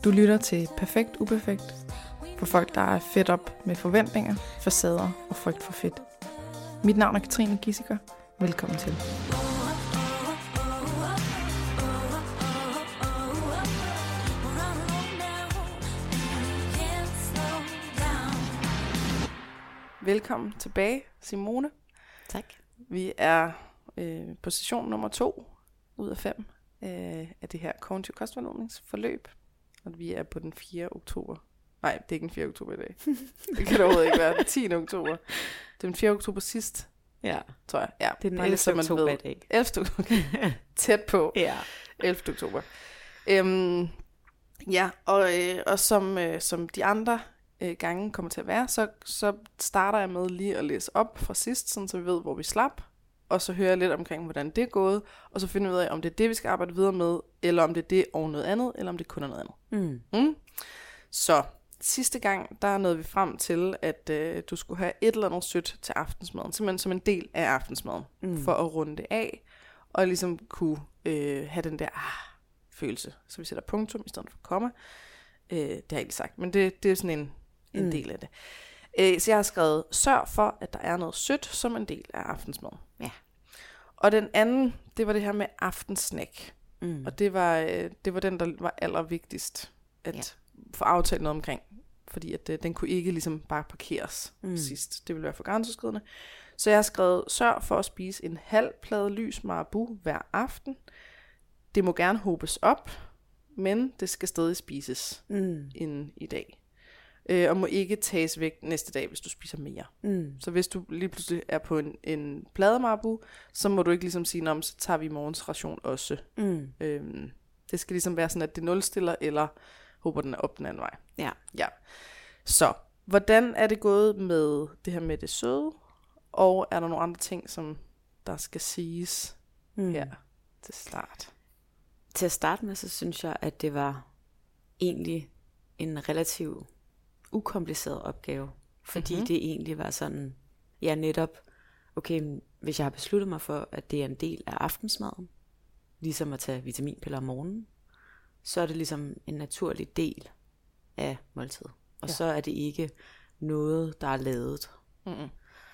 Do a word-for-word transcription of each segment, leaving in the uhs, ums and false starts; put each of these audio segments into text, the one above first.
Du lytter til Perfekt Uperfekt for folk, der er fedt op med forventninger, facader og frygt for fedt. Mit navn er Katrine Gissiker. Velkommen til. Velkommen tilbage, Simone. Tak. Vi er øh, på session nummer to ud af fem øh, af det her kognitiv kostvejledningsforløb. Og vi er på den fjerde oktober. Nej, det er ikke den fjerde oktober i dag. Det kan det overhovedet ikke være. Den tiende oktober. Det er den fjerde oktober sidst, Ja, tror jeg. Ja, det er den bare ellevte så man oktober ved. i dag. ellevte oktober. Tæt på. Ja. ellevte oktober. Øhm, ja, og, øh, og som, øh, som de andre øh, gange kommer til at være, så, så starter jeg med lige at læse op fra sidst, sådan så vi ved, hvor vi slap. Og så hører jeg lidt omkring, hvordan det er gået. Og så finder vi ud af, om det er det, vi skal arbejde videre med, eller om det er det og noget andet, eller om det kun er noget andet. Mm. Mm. Så sidste gang, der nåede vi frem til, at øh, du skulle have et eller andet sødt til aftensmaden. Simpelthen som en del af aftensmaden. Mm. For at runde det af. Og ligesom kunne øh, have den der ah, følelse. Så vi sætter punktum i stedet for komma. Øh, det har jeg ikke sagt, men det, det er sådan en, en Mm. del af det. Øh, så jeg har skrevet, sørg for, at der er noget sødt som en del af aftensmaden. Ja. Og den anden, det var det her med aftensnack. Mm. Og det var, øh, det var den, der var allervigtigst at ja. få aftalt noget omkring. Fordi at, øh, den kunne ikke ligesom bare parkeres mm. sidst. Det ville være for grænseoverskridende. Så jeg har skrevet, sørg for at spise en halv plade lys Marabou hver aften. Det må gerne hobes op, men det skal stadig spises Mm. inden i dag. Øh, og må ikke tages væk næste dag, hvis du spiser mere. Mm. Så hvis du lige pludselig er på en, en plade Marabou, så må du ikke ligesom sige, om så tager vi morgens ration også. Mm. Øhm, det skal ligesom være sådan, at det nulstiller, eller håber den er op den anden vej. Ja. Ja. Så, hvordan er det gået med det her med det søde? Og er der nogle andre ting, som der skal siges Mm. her til start? Til at starte med, så synes jeg, at det var egentlig en relativt ukompliceret opgave. Fordi Mhm. mm-hmm. det egentlig var sådan, ja netop, okay, hvis jeg har besluttet mig for, at det er en del af aftensmaden, ligesom at tage vitaminpiller om morgenen, så er det ligesom en naturlig del af måltidet. Og Ja. så er det ikke noget, der er lavet. Mm-mm.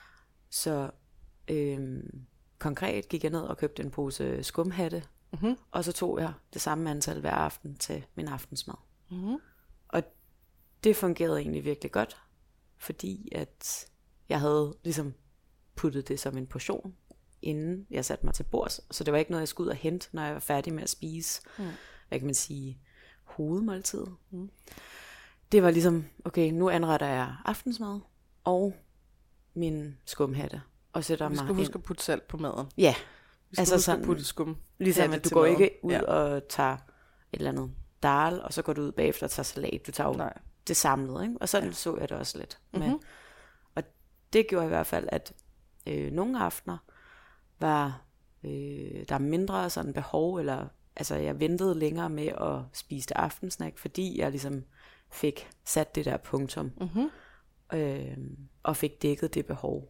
Så øhm, konkret gik jeg ned og købte en pose skumhatte, Mhm. og så tog jeg det samme antal hver aften til min aftensmad. Mhm. Og det fungerede egentlig virkelig godt, fordi at jeg havde ligesom puttet det som en portion, inden jeg satte mig til bords. Så det var ikke noget, jeg skulle ud og hente, når jeg var færdig med at spise, Mm. hvad kan man sige, hovedmåltidet. Mm. Det var ligesom, okay, nu anretter jeg aftensmad og min skumhatte, og sætter Vi mig skal huske ind. at putte salt på maden. Ja, Vi skal Altså huske sådan- at putte skum. ligesom hatte at du til går maden. ikke ud Ja. og tager et eller andet dal, og så går du ud bagefter og tager salat. Du tager jo Nej. det samlede, ikke? Og sådan ja. så jeg det også lidt. Med. Mhm. Og det gjorde i hvert fald, at øh, nogle aftener var øh, der mindre sådan behov, eller altså jeg ventede længere med at spise det aftensnack, fordi jeg ligesom fik sat det der punktum, Mhm. øh, og fik dækket det behov.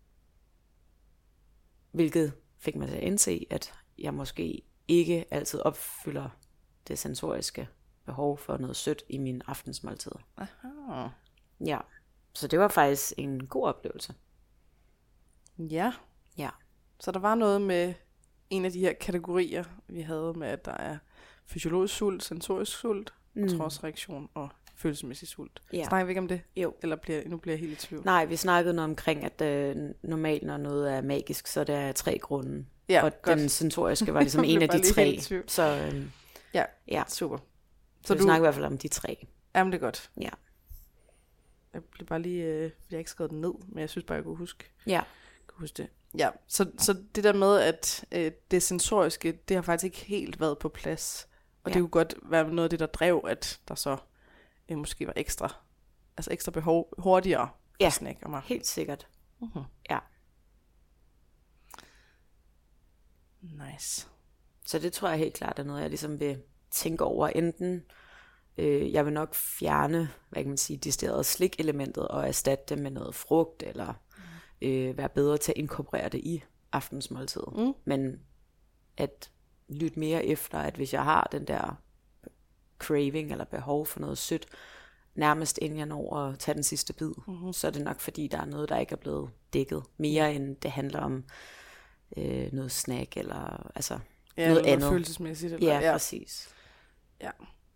Hvilket fik mig til at indse, at jeg måske ikke altid opfylder det sensoriske behov for noget sødt i min aftensmåltid. Aha. Ja, så det var faktisk en god oplevelse. Ja. Ja. Så der var noget med en af de her kategorier, vi havde med, at der er fysiologisk sult, sensorisk sult, mm. trodsreaktion og følelsesmæssig sult. Ja. Snakker vi ikke om det? Jo. Eller bliver, nu bliver jeg helt i tvivl. Nej, vi snakkede noget omkring, at øh, normalt når noget er magisk, så er der tre grunde. Ja, og godt. den sensoriske var ligesom Jeg en blev af bare de lige tre. helt i tvivl. Så øh, Ja, ja, super. så, Så vi du- snakker i hvert fald om de tre. Jamen, det er godt. Ja. Jeg blev bare lige, øh, fordi jeg ikke skrevet det ned, men jeg synes bare, jeg kunne huske, Ja. kunne huske det. Ja, så, så det der med, at øh, det sensoriske, det har faktisk ikke helt været på plads. Og Ja. det kunne godt være noget af det, der drev, at der så øh, måske var ekstra, altså ekstra behov hurtigere for Ja. snack om aftenen. Helt sikkert. Uh-huh. Ja. Nice. Så det tror jeg helt klart er noget, jeg ligesom vil tænke over. Enten øh, jeg vil nok fjerne, hvad kan man sige, distilleret slik-elementet og erstatte det med noget frugt, eller øh, være bedre til at inkorporere det i aftensmåltidet. Mm. Men at lytte mere efter, at hvis jeg har den der craving eller behov for noget sødt, nærmest inden jeg når at tage den sidste bid, mm-hmm. så er det nok fordi, der er noget, der ikke er blevet dækket. Mere end det handler om øh, noget snack eller altså ja, noget eller andet. følelsesmæssigt. Eller, ja, ja, præcis. Ja.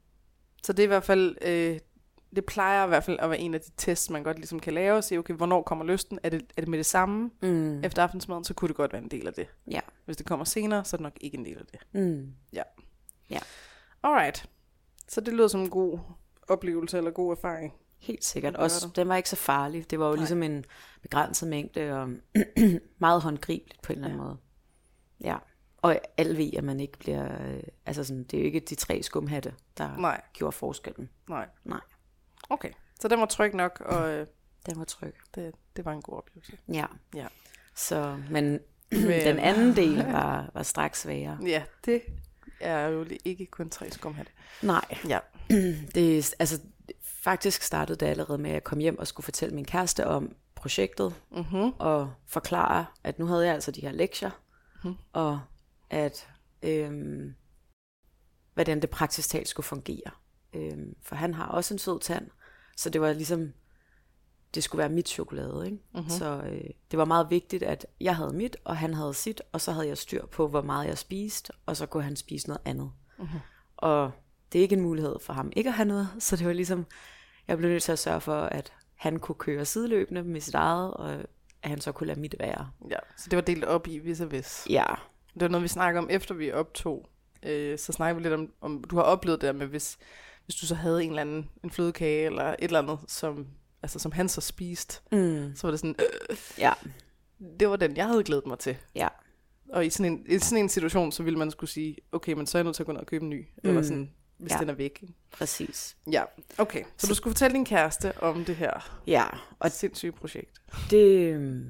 Så det er i hvert fald, øh, det plejer i hvert fald at være en af de tests, man godt ligesom kan lave, og sige, okay, hvornår kommer lysten? Er det, er det med det samme Mm. efter aftensmaden, så kunne det godt være en del af det. Ja. Hvis det kommer senere, så er det nok ikke en del af det. Mm. Ja. Ja. Alright. Så det lyder som en god oplevelse eller god erfaring. Helt sikkert. Også, den var ikke så farlig. Det var jo Nej. ligesom en begrænset mængde, og meget håndgribeligt på en eller anden ja. måde. Ja. Og alle ved, at man ikke bliver, øh, altså sådan, det er jo ikke de tre skumhatte, der Nej. gjorde forskellen. Nej. Nej. Okay. Så den var tryg nok, og øh, den var tryg. Det, det var en god oplevelse. Ja. Ja. Så, men den anden del var, var straks sværere. Ja, det er jo ikke kun tre skumhatte. Nej. Ja. Det, altså, faktisk startede det allerede med, at jeg kom hjem og skulle fortælle min kæreste om projektet, mm-hmm. og forklare, at nu havde jeg altså de her lektier, mm-hmm. og at øhm, hvordan det praktisk talt skulle fungere. Øhm, for han har også en sød tand, så det var ligesom, det skulle være mit chokolade, ikke? Mm-hmm. Så øh, det var meget vigtigt, at jeg havde mit, og han havde sit, og så havde jeg styr på, hvor meget jeg spiste, og så kunne han spise noget andet. Mm-hmm. Og det er ikke en mulighed for ham ikke at have noget, så det var ligesom, jeg blev nødt til at sørge for, at han kunne køre sideløbende med sit eget, og at han så kunne lade mit være. Ja, så det var delt op i vis og vis. Ja. Det var noget, vi snakkede om, efter vi optog. Øh, så snakkede vi lidt om, om, du har oplevet det der med, hvis, hvis du så havde en eller anden en flødekage, eller et eller andet, som, altså, som han så spiste, mm. så var det sådan, øh, ja. det var den, jeg havde glædet mig til. Ja. Og i sådan en, i sådan en situation, så ville man skulle sige, okay, men så er jeg nødt til at gå ned og købe en ny, mm. eller sådan, hvis ja. den er væk. Præcis. Ja, okay. Så, så du skulle fortælle din kæreste om det her ja, og sindssyge projekt. Det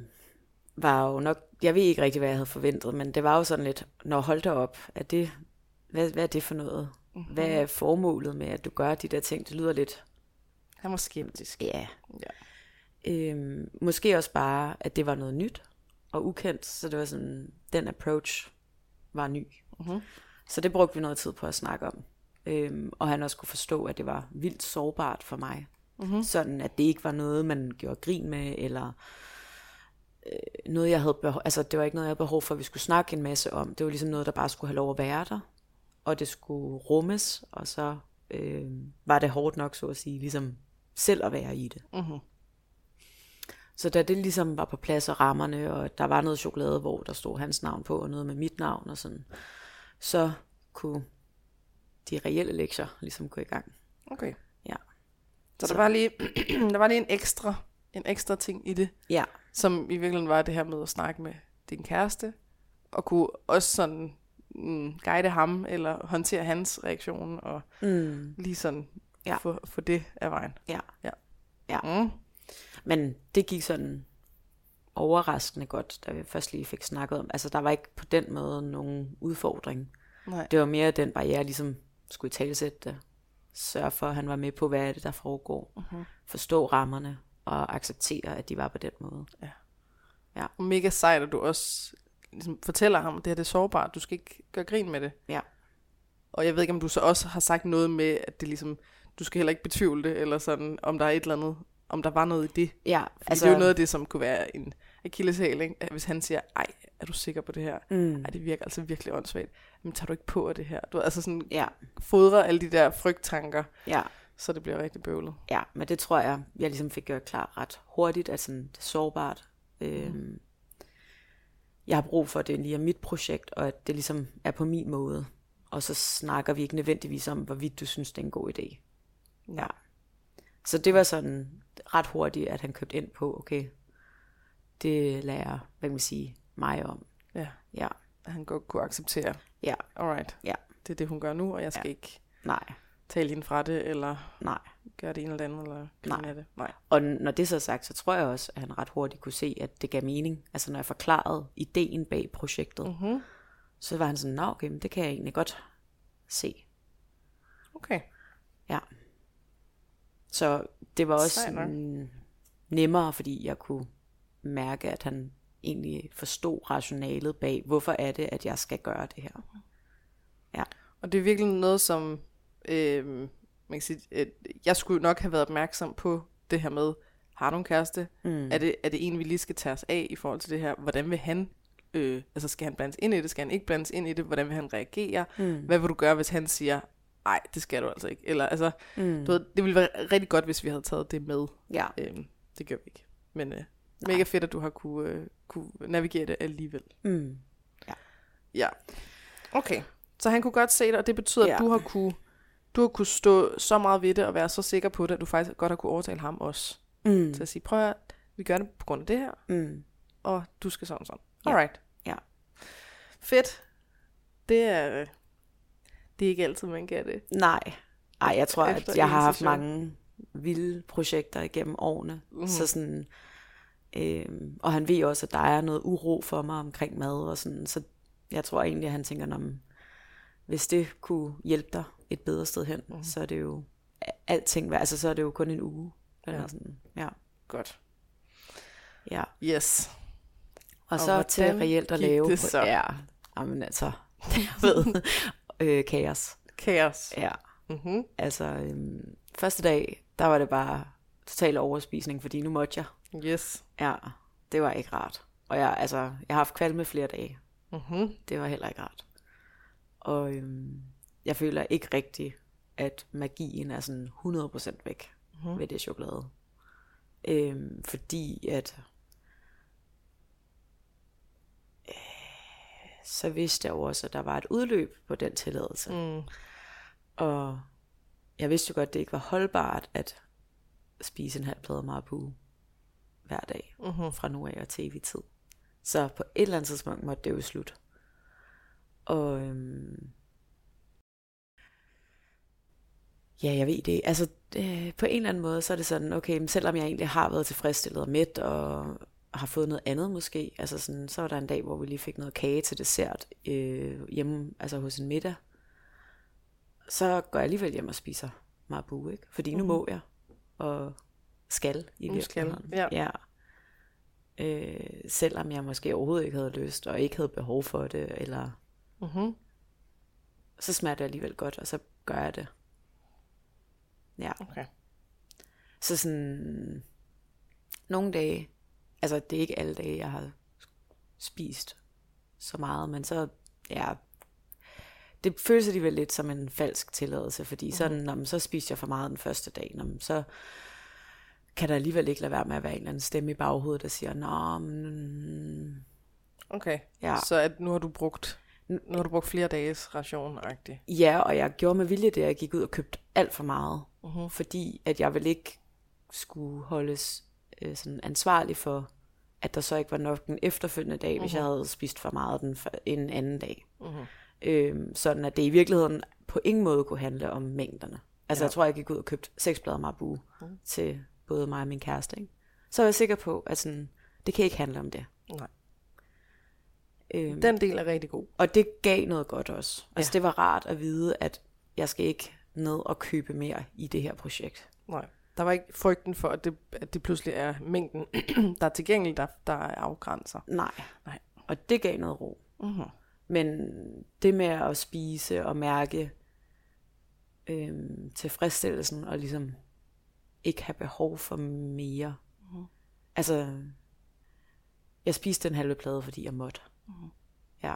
var jo nok, jeg ved ikke rigtig, hvad jeg havde forventet, men det var jo sådan lidt, når holdt dig op, er det, hvad, hvad er det for noget? Mm-hmm. Hvad er formålet med, at du gør de der ting? Det lyder lidt... Han var skeptisk. Ja. ja. Øhm, måske også bare, at det var noget nyt og ukendt, så det var sådan, den approach var ny. Mm-hmm. Så det brugte vi noget tid på at snakke om. Øhm, og han også kunne forstå, at det var vildt sårbart for mig. Mm-hmm. Sådan, at det ikke var noget, man gjorde grin med, eller øh, noget, jeg havde behov, altså det var ikke noget, jeg havde behov for, at vi skulle snakke en masse om. Det var ligesom noget, der bare skulle have lov at være der, og det skulle rummes, og så øh, var det hårdt nok, så at sige, ligesom selv at være i det. Mm-hmm. Så da det ligesom var på plads og rammerne, og der var noget chokolade, hvor der stod hans navn på, og noget med mit navn og sådan, så kunne de reelle lektier ligesom gå i gang. Okay. Ja. Så, så. Der, var lige, der var lige en ekstra, en ekstra ting i det, ja. Som i virkeligheden var det her med at snakke med din kæreste, og kunne også sådan mm, guide ham, eller håndtere hans reaktion, og mm. lige sådan ja. få, få det af vejen. Ja. Ja. ja. Mm. Men det gik sådan overraskende godt, da vi først lige fik snakket om, altså der var ikke på den måde nogen udfordring. Nej. Det var mere den barriere, ligesom skulle i talesætte det, sørge for, at han var med på, hvad er det, der foregår, uh-huh. forstå rammerne, og acceptere, at de var på den måde. Ja. Ja. Og mega sejt, at du også ligesom fortæller ham, at det her det er sårbart, du skal ikke gøre grin med det. Ja. Og jeg ved ikke, om du så også har sagt noget med, at det ligesom, du skal heller ikke betvivle det, eller sådan, om der er et eller andet, om der var noget i det. Ja, altså, det er jo noget af det, som kunne være en akilleshæl, ikke? Hvis han siger, ej, er du sikker på det her? Mm. Ej, det virker altså virkelig åndssvagt. Men tager du ikke på af det her? Du ved, altså sådan, ja. fodrer alle de der frygttanker, ja. så det bliver rigtig bøvlet. Ja, men det tror jeg, jeg ligesom fik gjort klar ret hurtigt, at sådan, det er sårbart. Mm. Øhm, jeg har brug for, at det lige er mit projekt, og at det ligesom er på min måde. Og så snakker vi ikke nødvendigvis om, hvorvidt du synes, det er en god idé. Ja. Så det var sådan ret hurtigt, at han købte ind på, okay, det lærer, hvad kan man sige, mig om. Ja. Ja. At han godt kunne acceptere. Ja. Alright. Ja. Det er det, hun gør nu, og jeg skal ja. ikke Nej. tale hende fra det, eller Nej. gøre det ene eller det andet, eller Nej. det. Nej. Og når det så er sagt, så tror jeg også, at han ret hurtigt kunne se, at det gav mening. Altså når jeg forklarede ideen bag projektet, mm-hmm. så var han sådan, nå okay, men det kan jeg egentlig godt se. Okay. Ja. Så det var også mm, nemmere, fordi jeg kunne mærke, at han egentlig forstod rationalet bag, hvorfor er det, at jeg skal gøre det her. Ja. Og det er virkelig noget, som øh, man kan sige, øh, jeg skulle nok have været opmærksom på det her med, har du en kæreste? Mm. Er, det, er det en, vi lige skal tage os af i forhold til det her? Hvordan vil han, øh, altså skal han blandes ind i det? Skal han ikke blandes ind i det? Hvordan vil han reagere? Mm. Hvad vil du gøre, hvis han siger, nej, det skal du altså ikke? Eller altså, mm. du ved, det ville være rigtig godt, hvis vi havde taget det med. Ja. Øh, det gør vi ikke. Men øh, mega fedt, at du har kunne, øh, kunne navigere det alligevel. Mm. Ja. Ja. Okay. Så han kunne godt se det, og det betyder, ja. at du har kunne, du har kunne stå så meget ved det, og være så sikker på det, at du faktisk godt har kunne overtale ham også. Mm. Til at sige, prøv at vi gør det på grund af det her, mm. og du skal sådan sådan. Alright. Ja. Fedt. Det er, det er ikke altid, man gør det. Nej. Ej, jeg tror, at jeg har haft mange vilde projekter igennem årene. Mm. Så sådan, øh, og han ved også, at der er noget uro for mig omkring mad og sådan, så jeg tror egentlig, at han tænker, om hvis det kunne hjælpe dig et bedre sted hen, mm. så er det jo alting, altså så er det jo kun en uge. Eller ja. Sådan. Ja. Godt. Ja. Yes. Og, og så til reelt at lave. Det så? Ja, jamen altså, jeg ved, øh, kaos. Kaos. Ja. Mm-hmm. Altså, øhm, første dag, der var det bare total overspisning, fordi nu måtte jeg. Yes. Ja, det var ikke rart. Og jeg, altså, jeg har haft kvalme flere dage. Mm-hmm. Det var heller ikke rart. Og øhm, jeg føler ikke rigtigt, at magien er sådan hundrede procent væk mm-hmm. ved det chokolade. Øhm, fordi at øh, så vidste jeg også, at der var et udløb på den tilladelse. Mm. Og jeg vidste jo godt, at det ikke var holdbart at spise en halv plade Marabu hver dag mm-hmm. fra nu af og til evig tid. Så på et eller andet tidspunkt måtte det jo slut. Og øhm, ja, jeg ved det. Altså øh, på en eller anden måde, så er det sådan, okay, men selvom jeg egentlig har været tilfredsstillet og mæt, og har fået noget andet måske, altså sådan, så var der en dag, hvor vi lige fik noget kage til dessert øh, hjemme, altså hos en middag. Så går jeg alligevel hjem og spiser Marabu, ikke? Fordi nu mm. må jeg, og skal i virkeligheden. Ja. Ja. Øh, selvom jeg måske overhovedet ikke havde lyst, og ikke havde behov for det, eller mm-hmm. så smager det alligevel godt, og så gør jeg det. Ja. Okay. Så sådan, nogle dage, altså det er ikke alle dage, jeg har spist så meget, men så, ja, det føles alligevel lidt som en falsk tilladelse, fordi mm-hmm. sådan, når man så spiser jeg for meget den første dag, når man så kan der alligevel ikke lade være med at være en eller anden stemme i baghovedet, der siger, nå, men... Okay, ja. Så at nu har du brugt, nu har du brugt flere dages ration-agtigt. Ja, og jeg gjorde med vilje det, at jeg gik ud og købte alt for meget, uh-huh. fordi at jeg ville ikke skulle holdes øh, sådan ansvarlig for, at der så ikke var nok den efterfølgende dag, uh-huh. hvis jeg havde spist for meget den for, en anden dag. Uh-huh. Øhm, sådan at det i virkeligheden på ingen måde kunne handle om mængderne. Altså ja. Jeg tror, jeg gik ud og købte seks plader Marabu uh-huh. til både mig og min kæreste, ikke? Så er jeg sikker på, at sådan, det kan ikke handle om det. Nej. Øhm, Den del er rigtig god. Og det gav noget godt også. Altså ja. Det var rart at vide, at jeg skal ikke ned og købe mere i det her projekt. Nej. Der var ikke frygten for, at det, at det pludselig er mængden, der er tilgængelig, der, der er afgrænser. Nej. Nej. Og det gav noget ro. Uh-huh. Men det med at spise og mærke øhm, tilfredsstillelsen og ligesom ikke have behov for mere. Uh-huh. Altså, jeg spiste en halve plade, fordi jeg måtte. Uh-huh. Ja.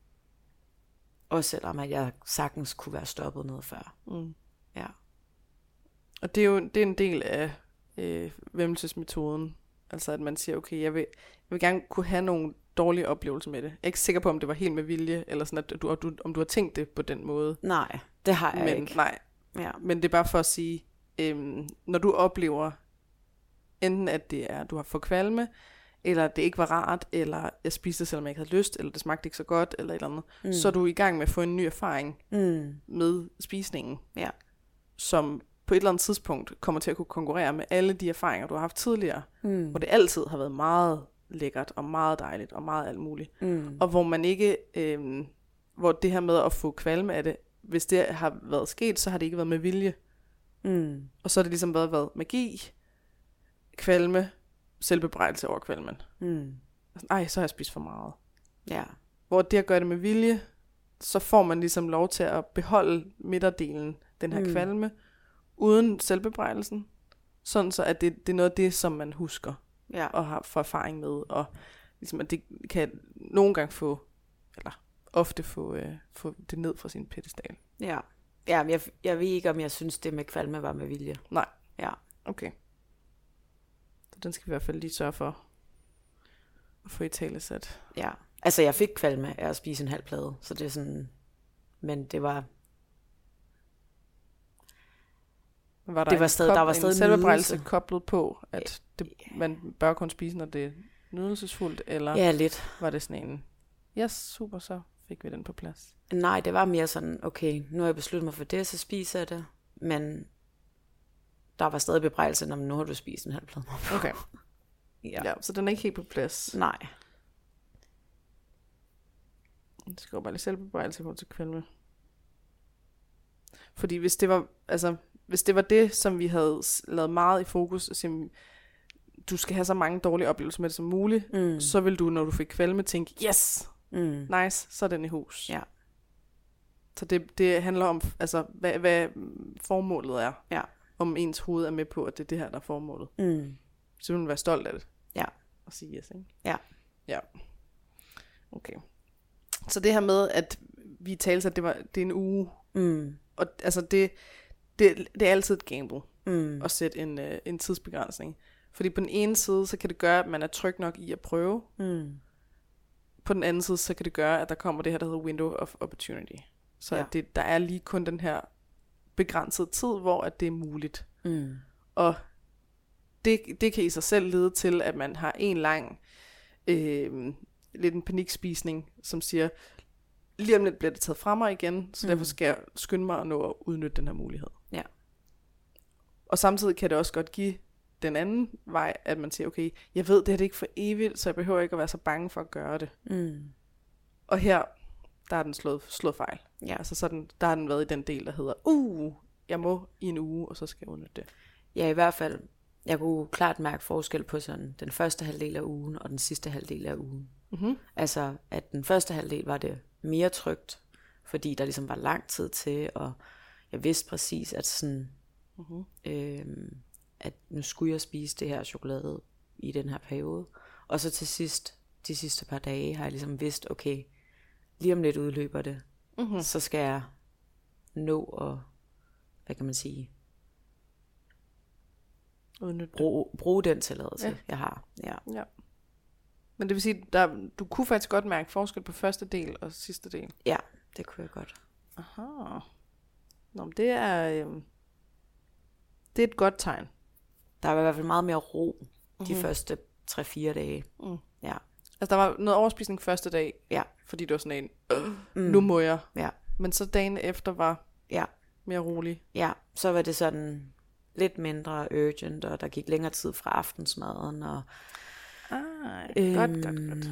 Også selvom at jeg sagtens kunne være stoppet noget før. Mm. Ja. Og det er jo det er en del af øh, væmmelsesmetoden. Altså at man siger, okay, jeg vil, jeg vil gerne kunne have nogle dårlige oplevelser med det. Jeg er ikke sikker på, om det var helt med vilje, eller sådan, at du, du, om du har tænkt det på den måde. Nej, det har jeg men, ikke. Nej, ja. Men det er bare for at sige, øhm, når du oplever, enten at det er, du har fået kvalme, eller det ikke var rart, eller jeg spiste, selvom jeg ikke havde lyst, eller det smagte ikke så godt, eller et eller andet, mm. så er du i gang med at få en ny erfaring mm. med spisningen, ja. som på et eller andet tidspunkt kommer til at kunne konkurrere med alle de erfaringer, du har haft tidligere, mm. hvor det altid har været meget lækkert, og meget dejligt, og meget alt muligt. Mm. Og hvor man ikke, øh, hvor det her med at få kvalme af det, hvis det har været sket, så har det ikke været med vilje. Mm. Og så har det ligesom været, været magi, kvalme, selvbebrejdelse over kvalmen. Mm. Ej, så har jeg spist for meget. Ja. Hvor det at gøre det med vilje, så får man ligesom lov til at beholde midterdelen, den her Mm. kvalme, uden selvbebrejdelsen, sådan så at det, det er noget af det, som man husker, Ja. og har for erfaring med, og ligesom at det kan nogle gange få, eller ofte få, øh, få det ned fra sin pedestal. Ja. Ja, men jeg, jeg ved ikke, om jeg synes, det med kvalme var med vilje. Nej. Ja. Okay. Så den skal vi i hvert fald lige sørge for at få i tale sat. Ja. Altså, jeg fik kvalme af at spise en halv plade, så det er sådan... Men det var... Var der Det var en stadig- kop- der var en stadig selvbebrejelse nydelse. koblet på, at det, man bør kun spise, når det er nydelsesfuldt, eller Ja, lidt. var det sådan en, yes, super, så fik vi den på plads. Nej, det var mere sådan, okay, nu har jeg besluttet mig for det, så spiser jeg det. Men der var stadig bebrejelse, når nu har du spist en halv plade. Okay. Ja. Ja, så den er ikke helt på plads. Nej. Det skal jo bare lidt selvbebrejelse i forhold til kvalme. Fordi hvis det var, altså, hvis det var det, som vi havde s- lavet meget i fokus, og sige, du skal have så mange dårlige oplevelser med det som muligt, Mm. så vil du, når du fik kvalme, tænke, yes, Mm. nice, så er den i hus. Ja. Så det, det handler om, altså, hvad, hvad formålet er. Ja. Om ens hoved er med på, at det er det her, der er formålet. Mm. Så vil man være stolt af det. Ja. Og sige yes, ikke? Ja. Ja. Okay. Så det her med, at vi talte, at det, var, det er en uge, Mm. og altså det, det, det er altid et gamble Mm. at sætte en, uh, en tidsbegrænsning. Fordi på den ene side, så kan det gøre, at man er tryg nok i at prøve. Mm. På den anden side, så kan det gøre, at der kommer det her, der hedder window of opportunity. Så Ja. at det, der er lige kun den her begrænsede tid, hvor at det er muligt. Mm. Og det, det kan i sig selv lede til, at man har en lang, øh, lidt en panikspisning, som siger, lige om lidt bliver det taget fra mig igen, så mm. derfor skal jeg skynde mig at nå at udnytte den her mulighed. Ja. Og samtidig kan det også godt give den anden vej, at man siger, okay, jeg ved, det her det er ikke for evigt, så jeg behøver ikke at være så bange for at gøre det. Mm. Og her, der er den slået, slået fejl. Ja. Altså sådan, der har den været i den del, der hedder, uh, jeg må i en uge, og så skal jeg udnytte det. Ja, i hvert fald. Jeg kunne klart mærke forskel på sådan den første halvdel af ugen og den sidste halvdel af ugen. Mm-hmm. Altså, at den første halvdel var det mere trygt, fordi der ligesom var lang tid til, og jeg vidste præcis, at sådan, Mm-hmm. øhm, at nu skulle jeg spise det her chokolade i den her periode. Og så til sidst, de sidste par dage, har jeg ligesom vidst, okay, lige om lidt udløber det, Mm-hmm. så skal jeg nå at, hvad kan man sige, Udnytte det. bruge, bruge den tilladelse, Ja. ja. jeg har. Ja. Ja. Men det vil sige, der, du kunne faktisk godt mærke forskel på første del og sidste del. ja, det kunne jeg godt. Aha. Nå, men det er, øh, det er et godt tegn. Der var i hvert fald meget mere ro de Mhm. første tre-fire dage. Mm. Ja. Altså, der var noget overspisning første dag, Ja. fordi det var sådan en, øh, Mm. nu må jeg. Ja. Men så dagen efter var Ja. mere rolig. Ja, så var det sådan lidt mindre urgent, og der gik længere tid fra aftensmaden. Og, Ah, øhm, godt, godt, godt.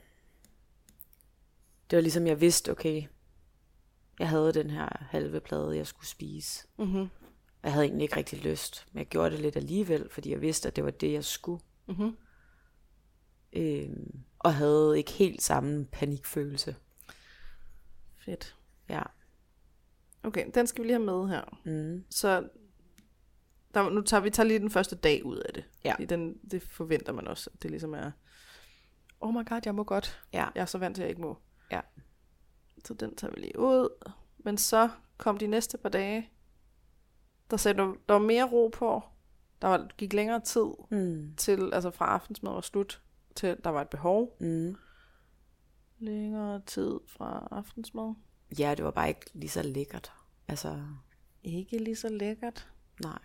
Det var ligesom, jeg vidste, okay, jeg havde den her halve plade, jeg skulle spise. Mm-hmm. Jeg havde egentlig ikke rigtig lyst, men jeg gjorde det lidt alligevel, fordi jeg vidste, at det var det, jeg skulle. Mm-hmm. Øhm, og havde ikke helt samme panikfølelse. Fedt. Ja. Okay, den skal vi lige have med her. Mm. Så der, nu tager vi tager lige den første dag ud af det. Ja. Fordi den, det forventer man også, at det ligesom er, oh my god, jeg må godt. Ja. Jeg er så vant til, at jeg ikke må. Ja. Så den tager vi lige ud. Men så kom de næste par dage. Der sagde du, der var mere ro på. Der var, gik længere tid Mm. til, altså fra aftensmad var slut, til der var et behov. Mm. Længere tid fra aftensmad. Ja, det var bare ikke lige så lækkert. Altså, Ikke lige så lækkert. nej.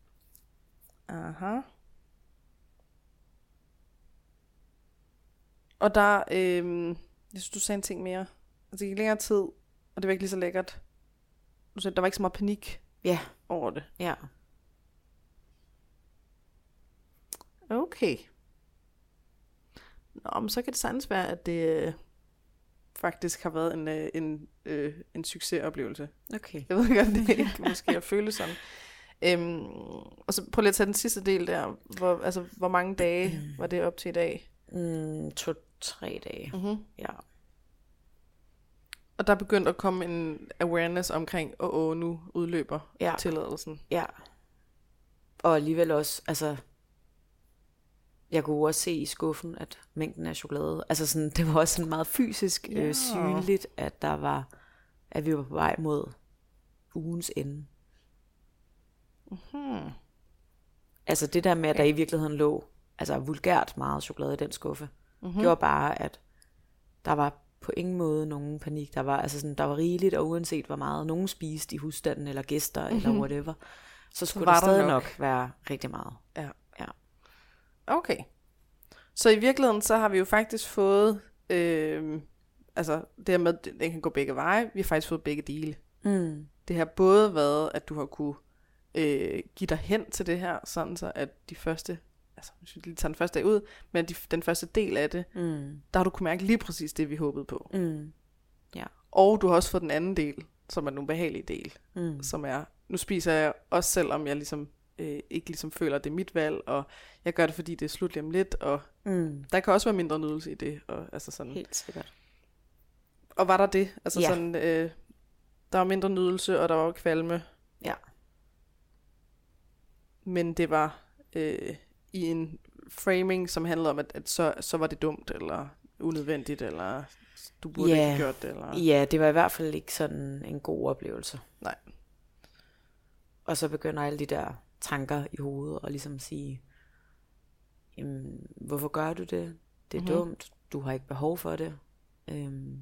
Aha. Og der, øhm, jeg synes, du sagde en ting mere. Altså, det gik længere tid, og det var ikke lige så lækkert. Du sagde, der var ikke så meget panik Ja, over det. ja. Okay. Nå, men så kan det sagtens være, at det øh, faktisk har været en, øh, en, øh, en succesoplevelse. Okay. Jeg ved godt, det ikke måske at føle sådan. Øhm, og så prøv lige at tage den sidste del der. Hvor, altså, hvor mange dage var det op til i dag? Mm, to-tre dage. Mm-hmm. Ja. Og der begyndte at komme en awareness omkring, åh, åh nu udløber ja. tilladelsen. Ja. Og alligevel også, altså, jeg kunne også se i skuffen, at mængden af chokolade, altså sådan, det var også sådan meget fysisk ja. øh, synligt, at der var, at vi var på vej mod ugens ende. Mm-hmm. Altså det der med, at der i virkeligheden lå, altså vulgært meget chokolade i den skuffe, mm-hmm. gjorde bare, at der var på ingen måde nogen panik. Der var, altså sådan, der var rigeligt, og uanset hvor meget nogen spiste i husstanden, eller gæster, mm-hmm. eller whatever, så skulle så der stadig nok. nok være rigtig meget. Ja. Ja. Okay. Så i virkeligheden, så har vi jo faktisk fået, øh, altså det her med, at den kan gå begge veje, vi har faktisk fået begge dele. Mm. Det har både været, at du har kunne øh, give dig hen til det her, sådan så at de første, altså hvis vi lige tager den første dag ud, men de, den første del af det, mm. der har du kunne mærke lige præcis det, vi håbede på. Mm. Ja. Og du har også fået den anden del, som er den ubehagelige del, mm. som er, nu spiser jeg også selvom jeg ligesom øh, ikke ligesom føler, at det er mit valg, og jeg gør det, fordi det er slut lige om lidt, og mm. der kan også være mindre nydelse i det. Og, altså sådan. Helt sikkert. Og var der det? Altså ja. sådan, øh, der var mindre nydelse, og der var kvalme. Ja. Men det var øh, i en framing, som handlede om, at, at så, så var det dumt, eller unødvendigt, eller du burde ja. ikke have gjort det. Eller... Ja, det var i hvert fald ikke sådan en god oplevelse. Nej. Og så begynder alle de der tanker i hovedet, og ligesom sige, jamen, hvorfor gør du det? Det er mm-hmm. dumt, du har ikke behov for det. Øhm.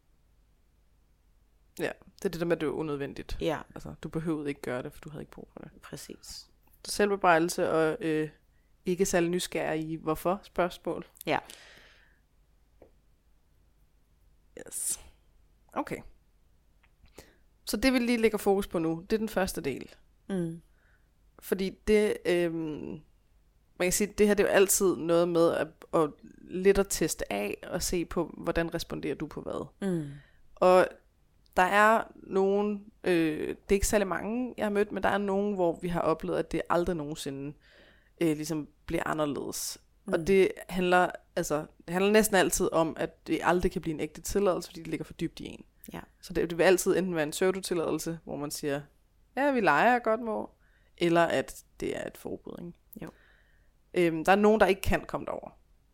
Ja, det er det der med, at det er unødvendigt. Ja. Altså, du behøvede ikke gøre det, for du havde ikke brug for det. Præcis. Selvbebrejdelse og øh, ikke særlig nysgerrig i hvorfor spørgsmål. Ja. Yes. Okay. Så det vi lige lægger fokus på nu, det er den første del. Mm. Fordi det, øh, man kan sige, det her det er jo altid noget med at, at lidt at teste af og se på, hvordan responderer du på hvad. Mm. Og der er nogen, øh, det er ikke særlig mange, jeg har mødt, men der er nogen, hvor vi har oplevet, at det aldrig nogensinde øh, ligesom bliver anderledes. Mm. Og det handler, altså, det handler næsten altid om, at det aldrig kan blive en ægte tilladelse, fordi det ligger for dybt i en. Ja. Så det, det vil altid enten være en pseudo-tilladelse, hvor man siger, ja, vi leger godt må, eller at det er et forbud. Ikke? Jo. Øhm, der er nogen, der ikke kan komme derover.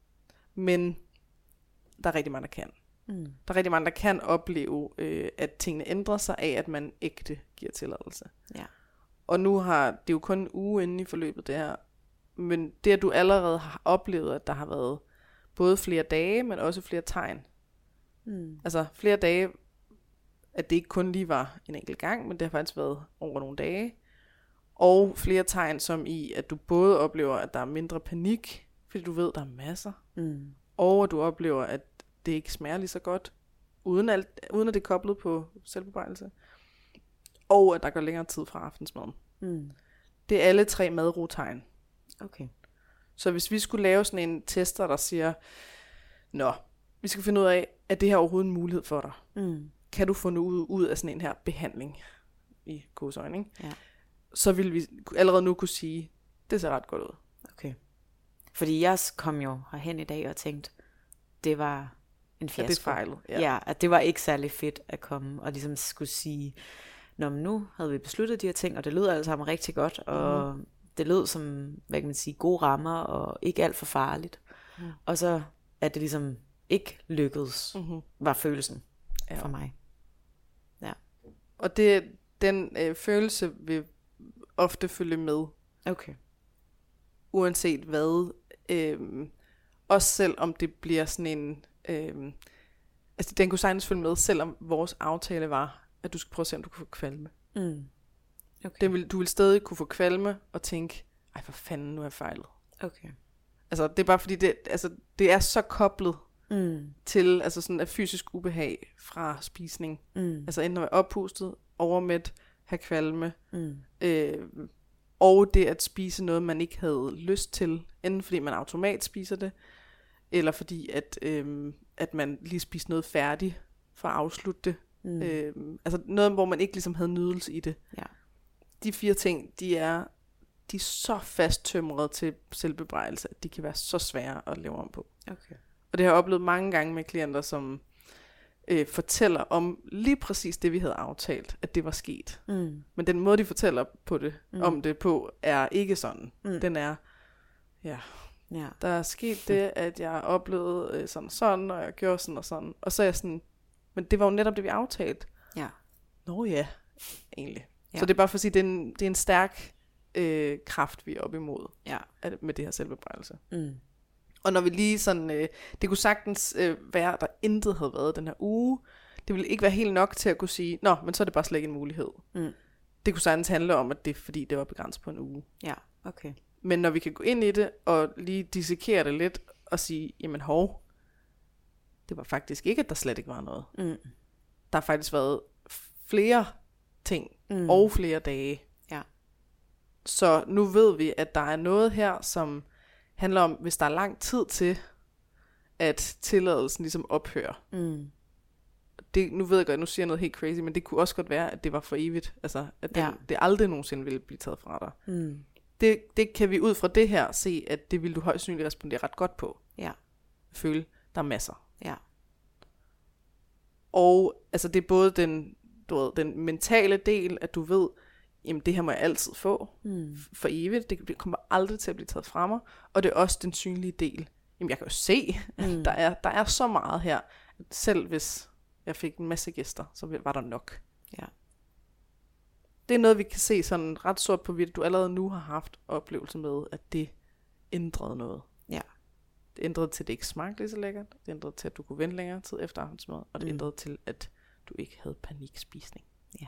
Men der er rigtig mange, der kan. Mm. Der er rigtig mange, der kan opleve, øh, at tingene ændrer sig af, at man ægte giver tilladelse. Ja. Og nu har det jo kun en uge inde i forløbet det her. Men det, at du allerede har oplevet, at der har været både flere dage, men også flere tegn. Mm. Altså flere dage, at det ikke kun lige var en enkelt gang, men det har faktisk været over nogle dage. Og flere tegn som i, at du både oplever, at der er mindre panik, fordi du ved, der er masser. Mm. Og at du oplever, at det ikke smager lige så godt, uden, alt, uden at det er koblet på selvbebrejelse. Og at der går længere tid fra aftensmaden. Mm. Det er alle tre madrotegn. Okay. Så hvis vi skulle lave sådan en tester, der siger, nå, vi skal finde ud af, at det her overhovedet en mulighed for dig. Mm. Kan du få noget ud af sådan en her behandling i godsøjne, ikke? Ja. Så vil vi allerede nu kunne sige, det ser ret godt ud. Okay. Fordi jeg kom jo herhen i dag og tænkte, det var en fiasko. At det fejlede. Ja. ja, at det var ikke særlig fedt at komme og ligesom skulle sige, nå, men nu havde vi besluttet de her ting, og det lød alle sammen rigtig godt, og mm. det lød som, hvad kan man sige, gode rammer, og ikke alt for farligt. Mm. Og så at det ligesom ikke lykkedes, mm-hmm. var følelsen ja. For mig. Ja. Og det, den øh, følelse vil ofte følge med. Okay. Uanset hvad. Øh, også selvom det bliver sådan en... Øh, altså den kunne sagtens følge med, selvom vores aftale var, at du skal prøve at se, om du kan få kvalme. Mm. Okay. Den vil, du vil stadig kunne få kvalme og tænke, ej for fanden, nu er jeg fejlet. Okay. Altså det er bare fordi, det, altså, det er så koblet mm. til altså sådan et fysisk ubehag fra spisning. Mm. Altså enten at være oppustet, overmæt, have kvalme, mm. øh, og det at spise noget, man ikke havde lyst til, enten fordi man automat spiser det, eller fordi at, øh, at man lige spiser noget færdigt for at afslutte det. Mm. Øh, altså noget, hvor man ikke ligesom havde nydelse i det. Ja. De fire ting, de er, de er så fasttømret til selvbebrejelse, at de kan være så svære at leve om på. Okay. Og det har jeg oplevet mange gange med klienter, som øh, fortæller om lige præcis det, vi havde aftalt, at det var sket. Mm. Men den måde, de fortæller på det, Mm. om det på, er ikke sådan. Mm. Den er, ja, Ja. der er sket det, at jeg oplevede øh, sådan og sådan, og jeg gjorde sådan og sådan. Og så er jeg sådan, men det var jo netop det, vi aftalte. Ja. Nå ja, egentlig. Ja. Så det er bare for at sige, det er en, det er en stærk øh, kraft, vi er op imod Ja. at, med det her selvbebrejelse. Mm. Og når vi lige sådan, øh, det kunne sagtens øh, være, at der intet havde været den her uge. Det ville ikke være helt nok til at kunne sige, nå, men så er det bare slet ikke en mulighed. Mm. Det kunne sagtens handle om, at det er fordi, det var begrænset på en uge. Ja, okay. Men når vi kan gå ind i det, og lige dissekere det lidt, og sige, jamen hov, det var faktisk ikke, at der slet ikke var noget. Mm. Der har faktisk været flere ting, Mm. og flere dage. Ja. Så nu ved vi, at der er noget her, som handler om, hvis der er lang tid til, at tilladelsen ligesom ophører. Mm. Det, nu ved jeg godt, nu siger jeg noget helt crazy, men det kunne også godt være, at det var for evigt. Altså, at det, Ja. det aldrig nogensinde ville blive taget fra dig. Mm. Det, det kan vi ud fra det her se, at det vil du højst sandsynligt respondere ret godt på. Ja. Føle, der er masser. Ja. Og altså, det er både den, du ved, den mentale del, at du ved, jamen det her må jeg altid få Mm. for evigt. Det kommer aldrig til at blive taget fra mig. Og det er også den synlige del. Jamen jeg kan jo se, at Mm. der, er, der er så meget her. Selv hvis jeg fik en masse gæster, så var der nok. Ja. Det er noget, vi kan se sådan ret sort på hvidt. Du allerede nu har haft oplevelse med, at det ændrede noget. Ja. Det ændrede til, at det ikke smagte lige så lækkert. Det ændrede til, at du kunne vente længere tid efter aftensmad. Og det Mm. ændrede til, at du ikke havde panikspisning. Ja.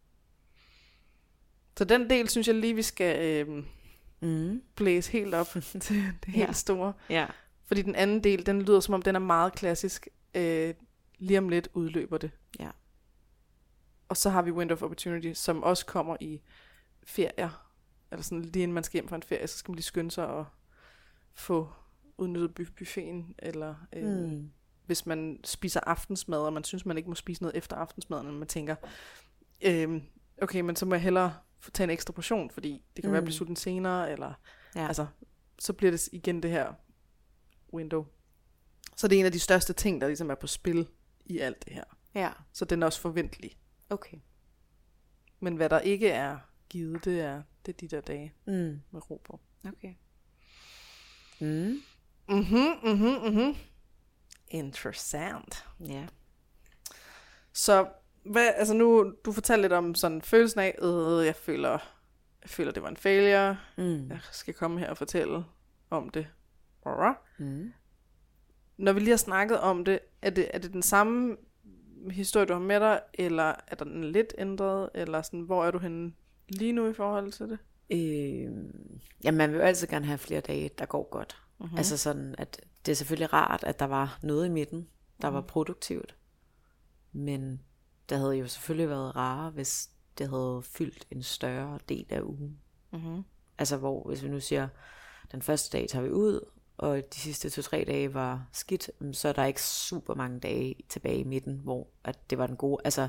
Så den del, synes jeg lige, vi skal øh, Mm. blæse helt op til det helt Ja. store. Ja. Fordi den anden del, den lyder som om, den er meget klassisk. Øh, lige om lidt udløber det. Ja. Og så har vi Window of Opportunity, som også kommer i ferier. Eller sådan lige inden man skal hjem fra en ferie, så skal man lige skynde sig og få udnyttet bu- buffeten. Eller øh, Mm. hvis man spiser aftensmad, og man synes, man ikke må spise noget efter aftensmaden, og man tænker, øh, okay, men så må jeg hellere få tage en ekstra portion, fordi det kan mm. være, at jeg bliver sulten senere, eller Ja. altså, så bliver det igen det her window. Så det er en af de største ting, der ligesom er på spil i alt det her. Ja. Så den er også forventelig. Okay. Men hvad der ikke er givet, det er, det er de der dage Mm. med ro på. Okay. Mm. Mhm, mhm, mhm. Interessant. Ja. Så, hvad, altså nu, du fortalte lidt om sådan følelsen af, øh, jeg føler, jeg føler, det var en failure. Mm. Jeg skal komme her og fortælle om det. Mm. Når vi lige har snakket om det, er det, er det den samme historie, du har med dig, eller er der den lidt ændret, eller sådan, hvor er du henne lige nu i forhold til det? Øh, ja, man vil jo altid gerne have flere dage, der går godt. Mm-hmm. Altså sådan, at det er selvfølgelig rart, at der var noget i midten, der mm. var produktivt. Men det havde jo selvfølgelig været rarere, hvis det havde fyldt en større del af ugen. Mm-hmm. Altså hvor, hvis vi nu siger, den første dag tager vi ud, og de sidste to-tre dage var skidt, så er der ikke super mange dage tilbage i midten, hvor at det var den gode. Altså,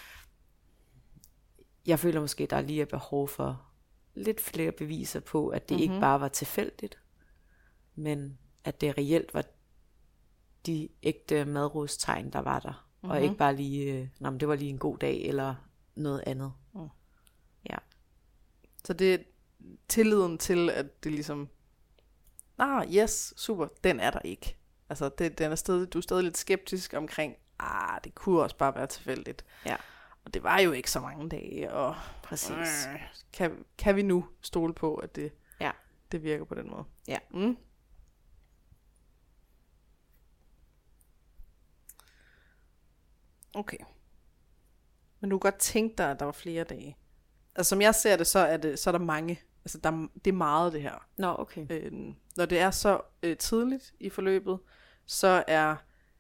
jeg føler måske, der lige er behov for lidt flere beviser på, at det mm-hmm. ikke bare var tilfældigt, men at det reelt var de ægte madrådstegn, der var der. Mm-hmm. Og ikke bare lige, øh, nå, men det var lige en god dag, eller noget andet. Mm. Ja. Så det er tilliden til, at det ligesom, ah, yes, super, den er der ikke. Altså, det, den er stadig, du er stadig lidt skeptisk omkring, ah, det kunne også bare være tilfældigt. Ja. Og det var jo ikke så mange dage, og præcis. Øh, kan, kan vi nu stole på, at det, ja. det virker på den måde? Ja. Mm. Okay. Men du kan godt tænke dig, at der var flere dage. Altså som jeg ser det, så er, det, så er der mange. Altså der, det er meget det her. Nå, okay. Øh, når det er så øh, tidligt i forløbet, så er,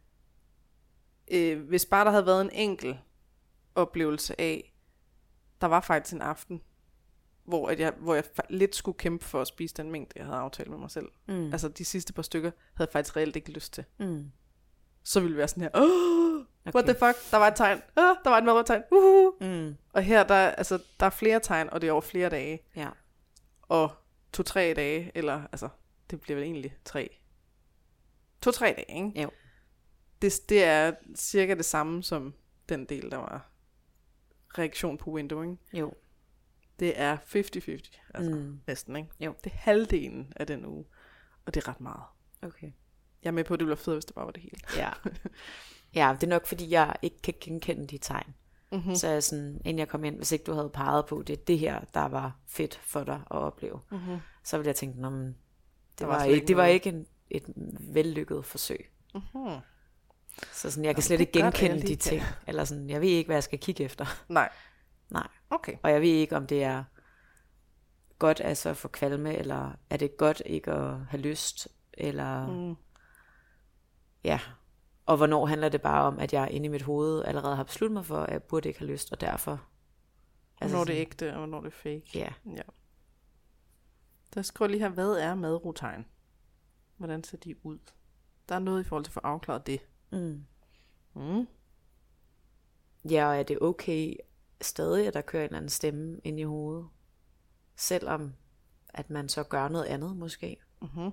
øh, hvis bare der havde været en enkel oplevelse af, der var faktisk en aften, hvor, at jeg, hvor jeg lidt skulle kæmpe for at spise den mængde, jeg havde aftalt med mig selv. Mm. Altså de sidste par stykker havde jeg faktisk reelt ikke lyst til. Mm. Så ville det være sådan her, åh, okay. What the fuck, der var et tegn, åh, der var et madrådstegn, uhuh. Mm. Og her, der, altså, der er flere tegn, og det er over flere dage. Ja. Og to-tre dage, eller altså, det bliver vel egentlig tre. To-tre dage, ikke? Jo. det, det er cirka det samme som den del, der var reaktion på window, ikke? Jo. Det er halvtreds halvtreds, altså Mm. næsten, ikke? Jo. Det er halvdelen af den uge, og det er ret meget. Okay. Jeg er med på, at det ville være fedt, hvis det bare var det hele. Ja. Ja, det er nok, fordi jeg ikke kan genkende de tegn. Mm-hmm. Så jeg sådan, inden jeg kom ind, hvis ikke du havde peget på det, det her, der var fedt for dig at opleve, Mm-hmm. så ville jeg tænke, Nå, men det, Der var, var slet ikke, ikke det var noget. ikke en, et vellykket forsøg. Mm-hmm. Så sådan, jeg kan Nå, slet det ikke er godt, at jeg genkende de lige kan. ting. Eller sådan, jeg ved ikke, hvad jeg skal kigge efter. Nej. Nej. Okay. Og jeg ved ikke, om det er godt altså for kvalme, eller er det godt ikke at have lyst, eller Mm. ja. Og hvornår handler det bare om, at jeg inde i mit hoved allerede har besluttet mig for, at jeg burde ikke have lyst, og derfor... Hvornår det er sådan- ægte, og hvornår det er fake. Ja. Ja. Der skriver lige her, hvad er madrotegn? Hvordan ser de ud? Der er noget i forhold til at få afklaret det. Mm. Mm. Ja, og er det okay stadig, at der kører en eller anden stemme ind i hovedet? Selvom at man så gør noget andet måske. Mm-hmm.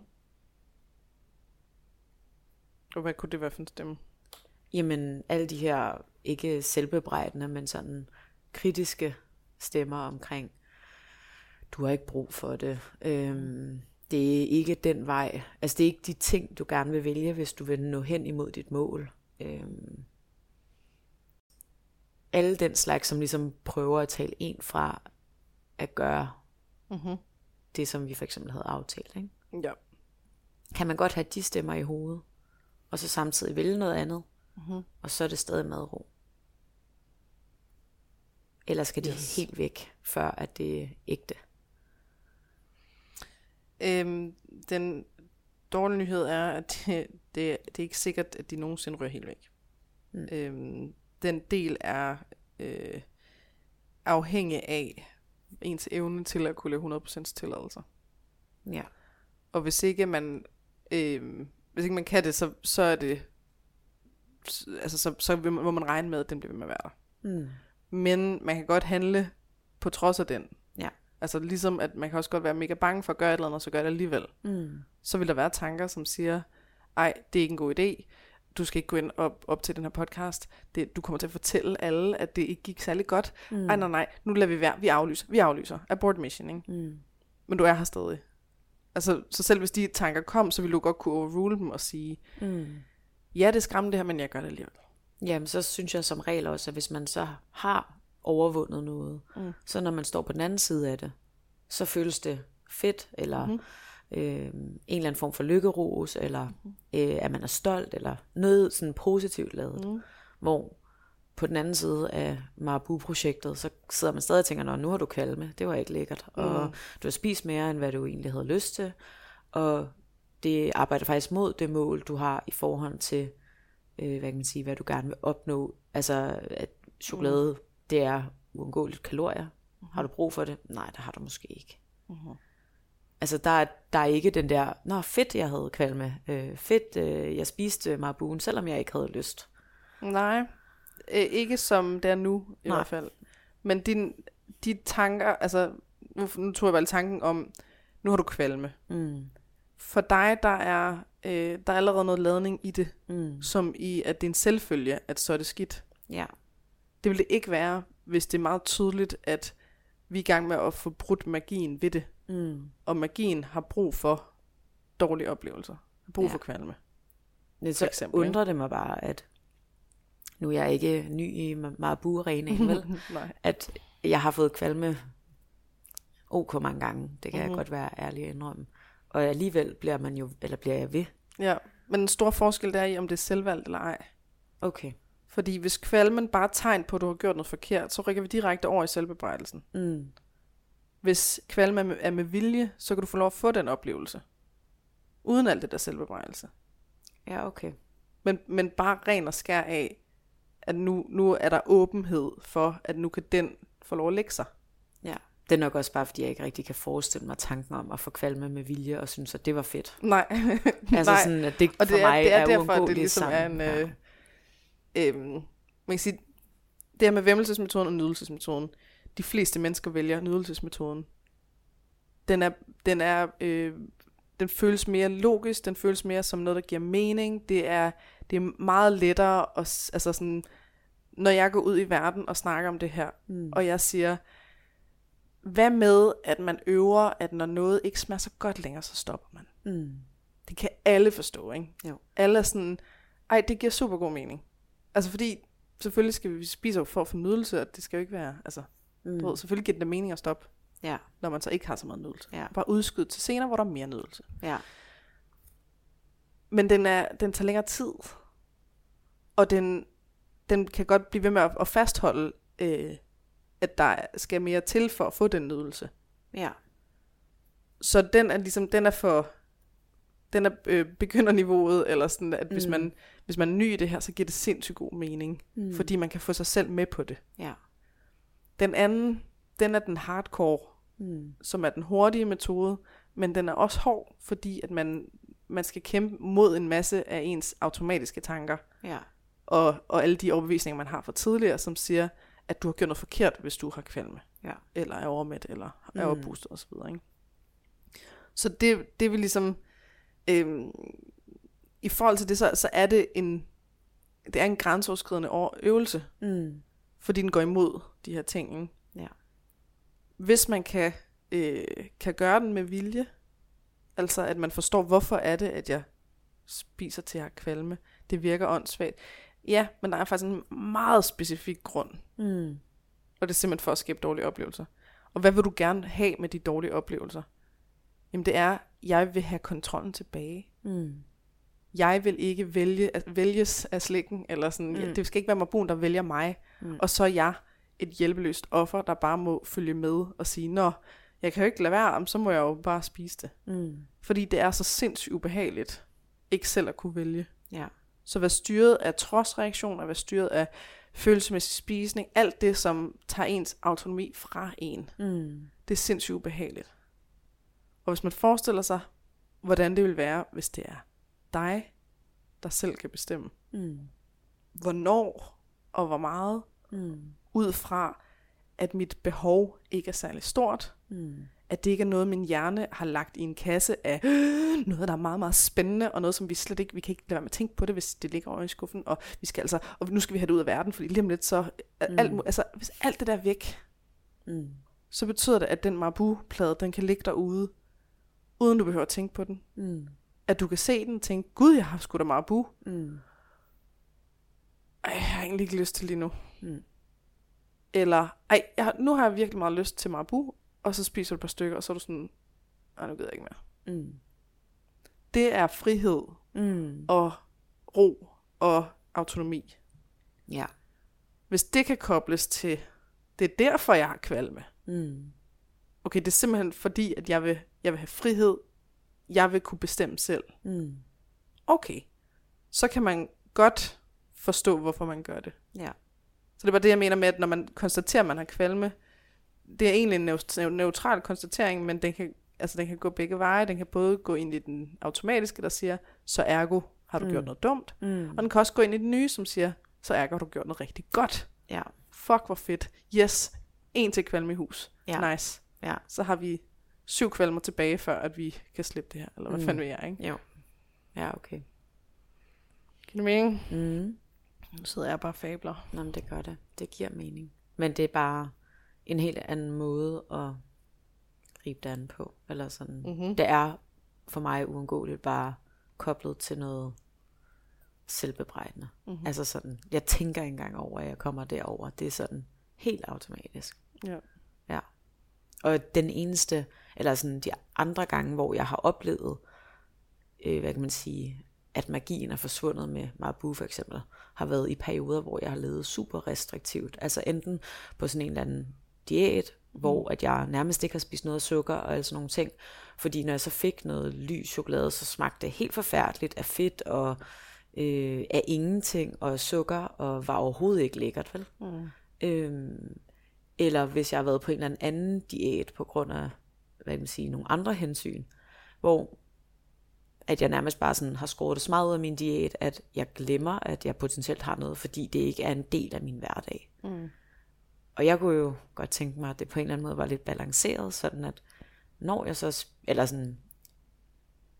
Og hvad kunne det være for en stemme? Jamen, alle de her, ikke selvbebrejdende, men sådan kritiske stemmer omkring, du har ikke brug for det. Øhm, det er ikke den vej. Altså, det er ikke de ting, du gerne vil vælge, hvis du vil nå hen imod dit mål. Øhm, alle den slags, som ligesom prøver at tale en fra at gøre Mm-hmm. det, som vi for eksempel havde aftalt. Ikke? Ja. Kan man godt have de stemmer i hovedet, og så samtidig vælge noget andet, Mm-hmm. og så er det stadig madro. Eller skal de Yes. helt væk, før at det er ægte? Øhm, den dårlige nyhed er, at det, det, det er ikke sikkert, at de nogensinde rører helt væk. Mm. Øhm, den del er øh, afhængig af ens evne til at kunne lave hundrede procent tilladelser. Ja. Og hvis ikke man øh, hvis ikke man kan det, så, så er det altså så, så vil man, må man regne med, at den bliver ved med at være der. Mm. Men man kan godt handle på trods af den. Ja. Altså ligesom, at man kan også godt være mega bange for at gøre et eller andet, og så gør det alligevel. Mm. Så vil der være tanker, som siger, ej, det er ikke en god idé. Du skal ikke gå ind op, op til den her podcast. Det, du kommer til at fortælle alle, at det ikke gik særlig godt. Mm. Ej, nej, nej, nu lader vi være. Vi aflyser. Vi aflyser. Abort mission, ikke? Mm. Men du er her stadig. Altså, så selv hvis de tanker kom, så ville du godt kunne overrule dem og sige, Mm. ja, det er skræmmende det her, men jeg gør det alligevel. Jamen, så synes jeg som regel også, at hvis man så har overvundet noget, Mm. så når man står på den anden side af det, så føles det fedt, eller Mhm. øh, en eller anden form for lykkeros, eller øh, at man er stolt, eller noget sådan positivt lavet. Mm. Hvor på den anden side af Marabu-projektet, så sidder man stadig og tænker, nå, nu har du kvalme, det var ikke lækkert, mm. og du har spist mere, end hvad du egentlig havde lyst til, og det arbejder faktisk mod det mål, du har i forhold til, øh, hvad kan man sige, hvad du gerne vil opnå. Altså, at chokolade, mm. det er uundgåeligt kalorier. Mm. Har du brug for det? Nej, det har du måske ikke. Mm. Altså, der er, der er ikke den der, nå, fedt, jeg havde kvalme, øh, fedt, øh, jeg spiste Marabuen, selvom jeg ikke havde lyst. Nej, øh, ikke som det er nu i Nej. hvert fald. Men din, de tanker, altså, nu, nu tog jeg bare tanken om, nu har du kvalme. Mm. For dig, der er, øh, der er allerede noget ladning i det, Mm. som i, at det er en selvfølge, at så er det skidt. Ja. Det vil det ikke være, hvis det er meget tydeligt, at vi er i gang med at få brudt magien ved det. Mm. Og magien har brug for dårlige oplevelser. Har brug Ja. for kvalme. Det, For så eksempel, undrer det mig bare, at nu er jeg ikke ny i Marabu-arenaen, vel? Nej. At jeg har fået kvalme ok mange gange. Det kan mm-hmm. Mhm. jeg godt være ærlig at indrømme. Og alligevel bliver man jo, eller bliver jeg ved. Ja, men en stor forskel der er i, om det er selvvalgt eller ej. Okay. Fordi hvis kvalmen bare er tegn på, at du har gjort noget forkert, så rykker vi direkte over i selvbebrejdelsen. Mm. Hvis kvalme er med, er med vilje, så kan du få lov at få den oplevelse. Uden alt det der selvbebrejelse. Ja, okay. Men, men bare ren og skær af, at nu, nu er der åbenhed for, at nu kan den få lov at lægge sig. Ja. Det er nok også bare, fordi jeg ikke rigtig kan forestille mig tanken om at få kvalme med vilje, og synes, at det var fedt. Nej. Altså Nej. sådan, at det Og for det er, mig det er, er derfor, at det uundgåeligt ligesom er sammen. en... Øh, øh, man kan sige, det her med væmmelsesmetoden og nydelsesmetoden. De fleste mennesker vælger nydelsesmetoden. Den er, den er øh, den føles mere logisk, den føles mere som noget, der giver mening. Det er, det er meget lettere, at, altså sådan, når jeg går ud i verden og snakker om det her, mm. og jeg siger, hvad med, at man øver, at når noget ikke smager så godt længere, så stopper man. Mm. Det kan alle forstå, ikke? Jo. Alle er sådan, ej, det giver super god mening. Altså fordi, selvfølgelig skal vi spise jo for at få nydelse, og det skal jo ikke være, altså, mm. du ved, selvfølgelig giver det mening at stoppe, ja. Når man så ikke har så meget nydelse. Ja. Bare udskyde til senere, hvor der er mere nydelse. Ja. Men den, er, den tager længere tid, og den, den kan godt blive ved med at, at fastholde, øh, at der skal mere til for at få den nydelse. Ja. Så den er ligesom, den er for, den er øh, begynderniveauet, eller sådan, at mm. hvis, man, hvis man er ny i det her, så giver det sindssygt god mening, mm. fordi man kan få sig selv med på det. Ja. Den anden, den er den hardcore, mm. som er den hurtige metode, men den er også hård, fordi at man, man skal kæmpe mod en masse af ens automatiske tanker, ja. og, og alle de overbevisninger, man har fra tidligere, som siger, at du har gjort noget forkert, hvis du har kvalme, ja. Eller er overmæt, eller er mm. overboostet osv. Ikke? Så det, det vil ligesom, øhm, i forhold til det, så, så er det en, det er en grænseoverskridende øvelse, mm. fordi den går imod de her ting. Ikke? Ja. Hvis man kan, øh, kan gøre den med vilje, altså at man forstår, hvorfor er det, at jeg spiser til at have kvalme, det virker åndssvagt. Ja, men der er faktisk en meget specifik grund. Mm. Og det er simpelthen for at skabe dårlige oplevelser. Og hvad vil du gerne have med de dårlige oplevelser? Jamen det er, jeg vil have kontrollen tilbage. Mm. Jeg vil ikke vælge, vælges af slikken, eller sådan, mm. ja, det skal ikke være Marbuen, der vælger mig. Mm. Og så er jeg et hjælpeløst offer, der bare må følge med og sige, nå, jeg kan jo ikke lade være, så må jeg jo bare spise det. Mm. Fordi det er så sindssygt ubehageligt, ikke selv at kunne vælge. Ja. Så være styret af trodsreaktioner, være styret af følelsesmæssig spisning, alt det, som tager ens autonomi fra en, mm. det er sindssygt ubehageligt. Og hvis man forestiller sig, hvordan det vil være, hvis det er dig, der selv kan bestemme, mm. hvornår og hvor meget, mm. ud fra, at mit behov ikke er særlig stort, mm. at det ikke er noget, min hjerne har lagt i en kasse af noget, der er meget, meget spændende, og noget, som vi slet ikke, vi kan ikke lade være med at tænke på det, hvis det ligger over i skuffen, og vi skal altså, og nu skal vi have det ud af verden, fordi lige om lidt, så, mm. alt, altså, hvis alt det der er væk, mm. så betyder det, at den Marabou-plade, den kan ligge derude, uden du behøver at tænke på den. Mm. At du kan se den og tænke, gud, jeg har sgu da Marabou. Mm. Ej, jeg har egentlig ikke lyst til lige nu. Mm. Eller, ej, jeg har, nu har jeg virkelig meget lyst til Marabou, og så spiser du et par stykker, og så er du sådan, ej, nu gider jeg ikke mere. Mm. Det er frihed, mm. og ro, og autonomi. Ja. Hvis det kan kobles til, det er derfor, jeg har kvalme. Mm. Okay, det er simpelthen fordi, at jeg vil, jeg vil have frihed, jeg vil kunne bestemme selv. Mm. Okay, så kan man godt forstå, hvorfor man gør det. Ja. Så det var det, jeg mener med, at når man konstaterer, at man har kvalme, det er egentlig en neutral konstatering, men den kan, altså den kan gå begge veje. Den kan både gå ind i den automatiske, der siger, så ergo har du mm. gjort noget dumt. Mm. Og den kan også gå ind i den nye, som siger, så ergo har du gjort noget rigtig godt. Ja. Fuck, hvor fedt. Yes, en til kvalme i hus. Ja. Nice. Ja. Så har vi syv kvalmer tilbage, før at vi kan slippe det her. Eller hvad mm. fanden vi er, ikke? Jo. Ja, okay. Kan du mening? Mm. Nu sidder jeg bare og fabler. Nå, men det gør det. Det giver mening. Men det er bare en helt anden måde at gribe det an på. Eller sådan. Mm-hmm. Det er for mig uundgåeligt bare koblet til noget selvbebrejdende. Mm-hmm. Altså sådan, jeg tænker ikke engang over, at jeg kommer derover. Det er sådan helt automatisk. Ja. Ja. Og den eneste, eller sådan de andre gange, hvor jeg har oplevet, øh, hvad kan man sige, at magien er forsvundet med Marabou for eksempel, har været i perioder, hvor jeg har levet super restriktivt. Altså enten på sådan en eller anden diæt, mm. hvor at jeg nærmest ikke har spist noget sukker og alle sådan nogle ting. Fordi når jeg så fik noget lys chokolade, så smagte det helt forfærdeligt af fedt og øh, af ingenting og sukker, og var overhovedet ikke lækkert, vel? Mm. Øhm, eller hvis jeg har været på en eller anden diæt på grund af, hvad kan man sige, nogle andre hensyn, hvor at jeg nærmest bare sådan har skåret det så meget ud af min diæt, at jeg glemmer, at jeg potentielt har noget, fordi det ikke er en del af min hverdag. Mm. Og jeg kunne jo godt tænke mig, at det på en eller anden måde var lidt balanceret, sådan at når jeg så, eller sådan,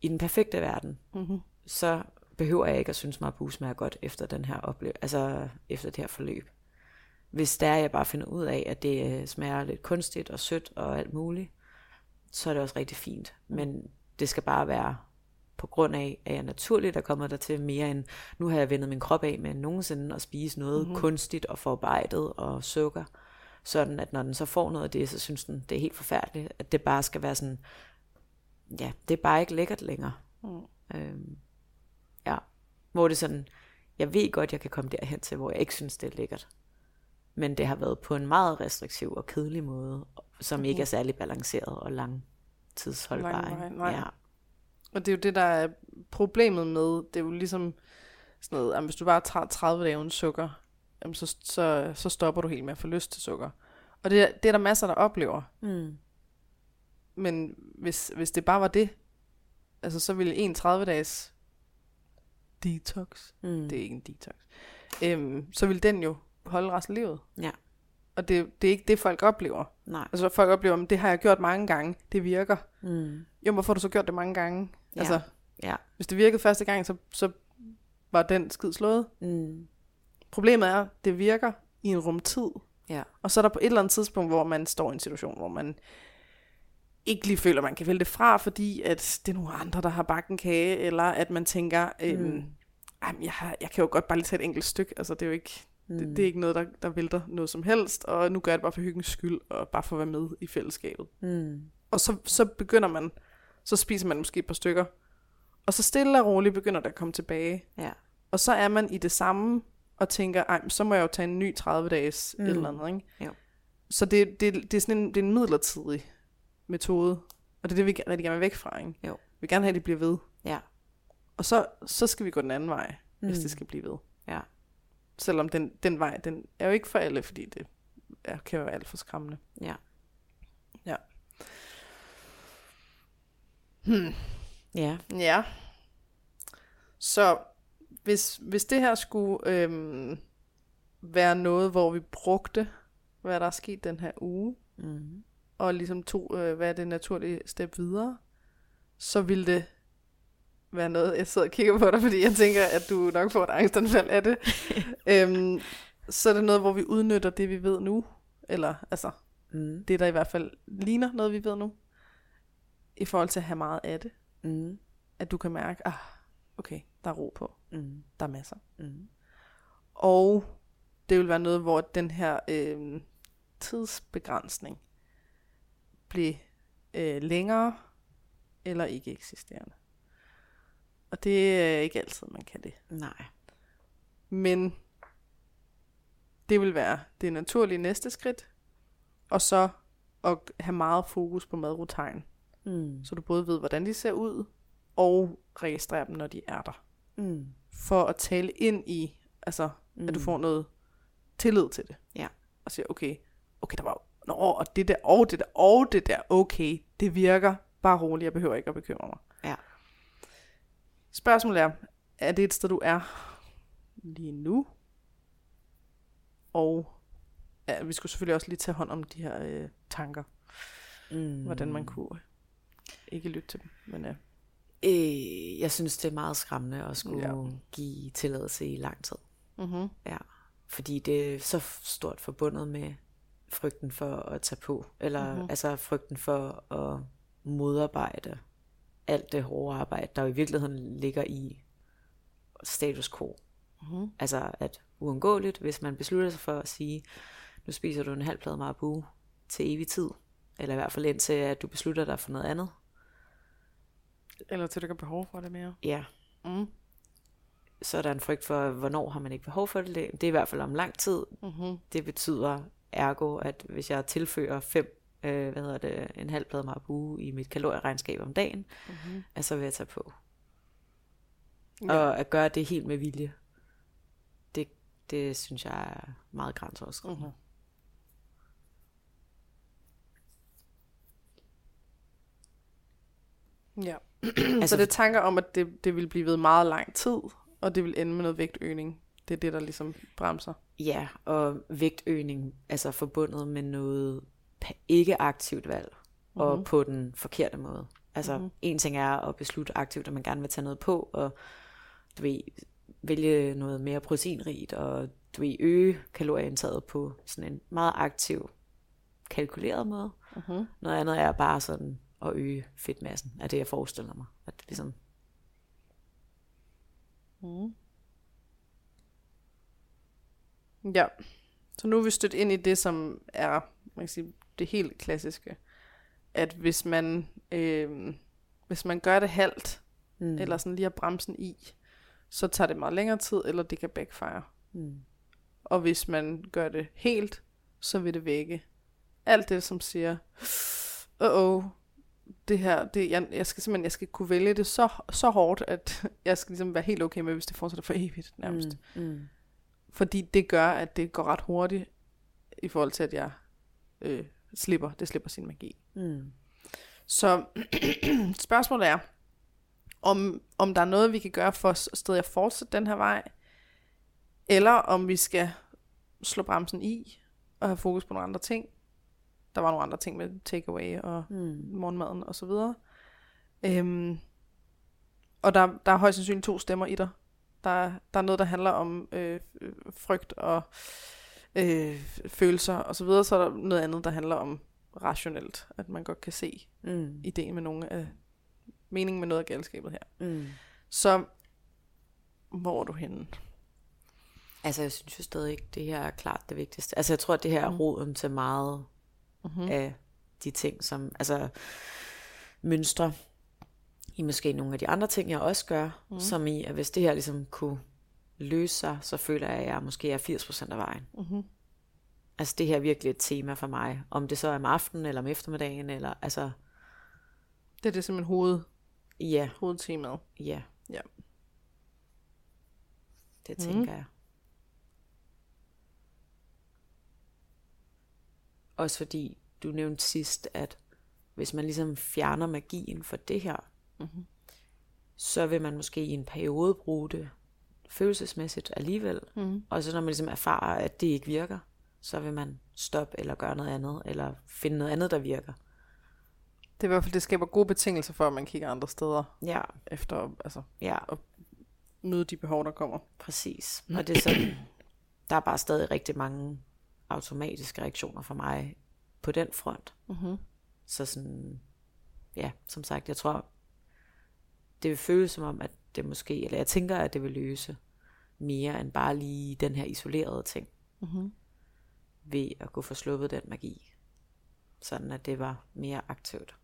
i den perfekte verden, mm-hmm. så behøver jeg ikke at synes, at Marabu smager godt efter den her oplevelse, altså efter det her forløb. Hvis der jeg bare finder ud af, at det smager lidt kunstigt og sødt og alt muligt, så er det også rigtig fint. Men det skal bare være på grund af, at jeg naturligt er kommet der til mere end, nu har jeg vendet min krop af med nogensinde at spise noget mm-hmm. kunstigt og forarbejdet og sukker. Sådan at når den så får noget af det, så synes den, det er helt forfærdeligt, at det bare skal være sådan, ja, det er bare ikke lækkert længere. Mm. Øhm, ja, hvor det sådan, jeg ved godt, jeg kan komme derhen til, hvor jeg ikke synes, det er lækkert. Men det har været på en meget restriktiv og kedelig måde, som mm. ikke er særlig balanceret og langtidsholdbar. Lang, nej. Ja. Og det er jo det, der er problemet med, det er jo ligesom sådan noget, at hvis du bare tager tredive dage uden sukker, jamen så, så, så stopper du helt med at få lyst til sukker. Og det, det er der masser, der oplever. Mm. Men hvis, hvis det bare var det, altså så ville en tredive dages detox, mm. det er ikke en detox, øhm, så ville den jo holde resten af livet. Ja. Og det, det er ikke det, folk oplever. Nej. Altså folk oplever, at det har jeg gjort mange gange, det virker. Mm. Jo, hvorfor har du så gjort det mange gange? Ja. Altså, ja. Hvis det virkede første gang, så, så var den skid slået. Mm. Problemet er, det virker i en rumtid. Ja. Og så er der på et eller andet tidspunkt, hvor man står i en situation, hvor man ikke lige føler, man kan vælge det fra, fordi at det er nogle andre, der har bagt en kage, eller at man tænker, øhm, mm. jeg, har, jeg kan jo godt bare lige tage et enkelt stykke, altså det er jo ikke, mm. det, det er ikke noget, der, der vælter noget som helst, og nu gør jeg det bare for hyggens skyld, og bare for at være med i fællesskabet. Mm. Og så, så begynder man, så spiser man måske et par stykker, og så stille og roligt begynder det at komme tilbage. Ja. Og så er man i det samme, og tænker, ej, så må jeg jo tage en ny tredive dages mm. et eller andet, ikke? Ja. Så det, det, det er sådan en, det er en midlertidig metode, og det er det, vi rigtig gerne vil væk fra, ikke? Jo. Vi vil gerne have, at det bliver ved. Ja. Og så, så skal vi gå den anden vej, mm. hvis det skal blive ved. Ja. Selvom den, den vej, den er jo ikke for alle, fordi det er, kan være alt for skræmmende. Ja. Ja. Hmm. Ja. Ja. Så hvis, hvis det her skulle øhm, være noget, hvor vi brugte, hvad der er sket den her uge, mm. og ligesom tog, øh, hvad er det naturlige step videre, så ville det være noget, jeg sidder og kigger på dig, fordi jeg tænker, at du nok får et angstanfald af det. øhm, så er det noget, hvor vi udnytter det, vi ved nu, eller altså, mm. det der i hvert fald ligner noget, vi ved nu, i forhold til at have meget af det. Mm. At du kan mærke, ah, okay, der er ro på. Mm. Der er masser. Mm. Og det vil være noget, hvor den her øh, tidsbegrænsning bliver øh, længere eller ikke eksisterende. Og det er ikke altid, man kan det. Nej. Men det vil være det naturlige næste skridt. Og så at have meget fokus på madrutegn. Mm. Så du både ved, hvordan de ser ud, og registrere dem, når de er der. Mm. For at tale ind i, altså, mm. at du får noget tillid til det. Ja. Og siger, okay, okay, der var nå, og det der, og det der, og det der, okay, det virker, bare roligt, jeg behøver ikke at bekymre mig. Ja. Spørgsmålet er, er det et sted, du er lige nu? Og ja, vi skulle selvfølgelig også lige tage hånd om de her øh, tanker. Mm. Hvordan man kunne ikke lytte til dem, men ja. Øh, jeg synes, det er meget skræmmende at skulle ja. give tilladelse i lang tid. Mm-hmm. Ja, fordi det er så stort forbundet med frygten for at tage på, eller mm-hmm. altså frygten for at modarbejde alt det hårde arbejde, der i virkeligheden ligger i status quo. Mm-hmm. Altså at uundgåeligt, hvis man beslutter sig for at sige, nu spiser du en halv plade Marabu til evig tid, eller i hvert fald indtil at du beslutter dig for noget andet. Eller til du ikke har behov for det mere. Ja. Mm. Så er der en frygt for, hvornår har man ikke behov for det. Det er i hvert fald om lang tid. Mm-hmm. Det betyder ergo, at hvis jeg tilfører fem, øh, hvad hedder det, en halv plade Marabu i mit kalorieregnskab om dagen, mm-hmm. at så vil jeg tage på. Ja. Og at gøre det helt med vilje, det, det synes jeg er meget grænseoverskridende. Mm-hmm. Ja. Altså, så det er tanker om, at det, det vil blive ved meget lang tid, og det vil ende med noget vægtøgning. Det er det, der ligesom bremser. Ja, og vægtøgning, altså forbundet med noget ikke aktivt valg, mm-hmm. og på den forkerte måde. Altså, mm-hmm. en ting er at beslutte aktivt, at man gerne vil tage noget på, og du ved, vælge noget mere proteinrigt, og du ved, øge kalorieindtaget på sådan en meget aktiv, kalkuleret måde. Mm-hmm. Noget andet er bare sådan at øge fedtmassen, af det jeg forestiller mig. At det ligesom... Mm. Ja, så nu er vi stødt ind i det, som er, man kan sige, det helt klassiske. At hvis man, øh, hvis man gør det halvt, mm. eller sådan lige har bremsen i, så tager det meget længere tid, eller det kan backfire. Mm. Og hvis man gør det helt, så vil det vække. Alt det, som siger, åh, oh, det her, det, jeg, jeg skal simpelthen, jeg skal kunne vælge det så, så hårdt, at jeg skal ligesom være helt okay med, hvis det fortsætter for evigt, nærmest. Mm. Mm. Fordi det gør, at det går ret hurtigt, i forhold til, at jeg øh, slipper, det slipper sin magi. Mm. Så spørgsmålet er, om, om der er noget, vi kan gøre for stadig at fortsætte den her vej, eller om vi skal slå bremsen i, og have fokus på nogle andre ting. Der var nogle andre ting med takeaway og mm. morgenmaden og så videre. Øhm, og der, der er højst sandsynligt to stemmer i dig. Der, der er noget, der handler om øh, frygt og øh, følelser og så videre. Så er der noget andet, der handler om rationelt. At man godt kan se mm. ideen med nogle af meningen med noget af galskabet her. Mm. Så hvor er du henne? Altså jeg synes jo stadig ikke, det her er klart det vigtigste. Altså jeg tror, at det her er roden til meget mm-hmm. af de ting, som altså mønstre i måske nogle af de andre ting, jeg også gør, mm. som i, at hvis det her ligesom kunne løse sig, så føler jeg, at jeg måske er firs procent af vejen. Mm-hmm. Altså det her er virkelig et tema for mig. Om det så er om aftenen, eller om eftermiddagen, eller altså... Det er det simpelthen hoved, ja. hovedtemaet. Ja. Ja. Det tænker mm. jeg. Også fordi, du nævnte sidst, at hvis man ligesom fjerner magien for det her, mm-hmm. så vil man måske i en periode bruge det følelsesmæssigt alligevel. Mm-hmm. Og så når man ligesom erfarer, at det ikke virker, så vil man stoppe eller gøre noget andet, eller finde noget andet, der virker. Det er i hvert fald, det skaber gode betingelser for, at man kigger andre steder. Ja. Efter altså, ja. at møde de behov, der kommer. Præcis. Og det er sådan, der er bare stadig rigtig mange automatiske reaktioner for mig på den front. Mm-hmm. Så sådan, ja, som sagt, jeg tror, det vil føles som om, at det måske, eller jeg tænker, at det vil løse mere end bare lige den her isolerede ting. Mm-hmm. Ved at kunne få sluppet den magi. Sådan at det var mere aktivt.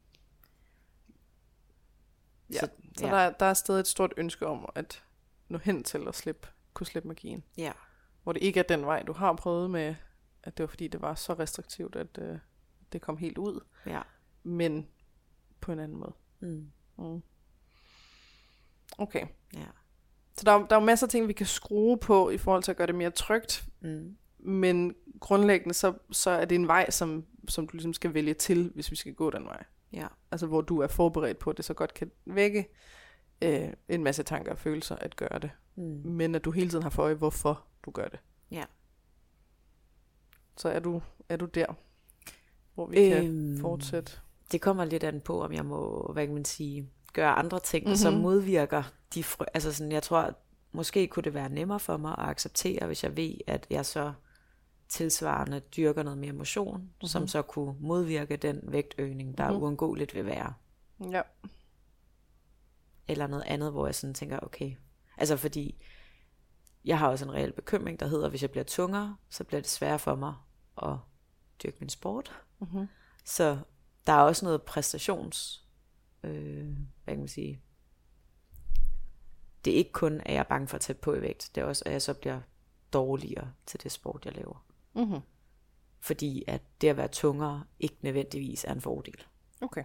Ja, så, så ja. Der, der er stadig et stort ønske om at nå hen til at slippe, kunne slippe magien. Ja. Hvor det ikke er den vej, du har prøvet med, at det var fordi, det var så restriktivt, at uh, det kom helt ud. Ja. Men på en anden måde. Mm. Mm. Okay. Ja. Så der, der er jo masser af ting, vi kan skrue på, i forhold til at gøre det mere trygt. Mm. Men grundlæggende, så, så er det en vej, som, som du ligesom skal vælge til, hvis vi skal gå den vej. Ja. Altså hvor du er forberedt på, at det så godt kan vække øh, en masse tanker og følelser at gøre det. Mm. Men at du hele tiden har for øje, hvorfor du gør det. Ja. Så er du, er du der, hvor vi øhm, kan fortsætte. Det kommer lidt an på, om jeg må, hvad kan man sige, gøre andre ting, mm-hmm. som modvirker de frø. Altså sådan, jeg tror, at måske kunne det være nemmere for mig at acceptere, hvis jeg ved, at jeg så tilsvarende dyrker noget mere motion, mm-hmm. som så kunne modvirke den vægtøgning, der mm-hmm. uundgåeligt vil være. Ja. Eller noget andet, hvor jeg sådan tænker, okay. Altså fordi, jeg har også en reel bekymring, der hedder, hvis jeg bliver tungere, så bliver det sværere for mig at dyrke min sport. Mm-hmm. Så der er også noget præstations, øh, hvad kan man sige, det er ikke kun, at jeg er bange for at tage på i vægt, det er også, at jeg så bliver dårligere til det sport, jeg laver. Mm-hmm. Fordi at det at være tungere ikke nødvendigvis er en fordel. Okay.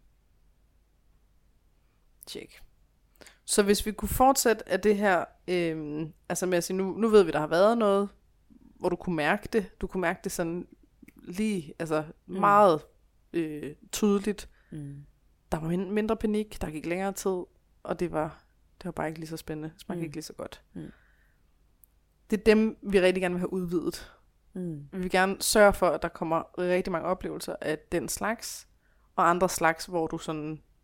Tjek. Så hvis vi kunne fortsætte af det her, øh, altså med at sige, nu, nu ved vi, der har været noget, hvor du kunne mærke det, du kunne mærke det sådan lige, altså mm. meget øh, tydeligt. Mm. Der var mindre panik, der gik længere tid, og det var, det var bare ikke lige så spændende, det smagte mm. ikke lige så godt. Mm. Det er dem, vi rigtig gerne vil have udvidet. Mm. Vi vil gerne sørge for, at der kommer rigtig mange oplevelser af den slags, og andre slags, hvor du sådan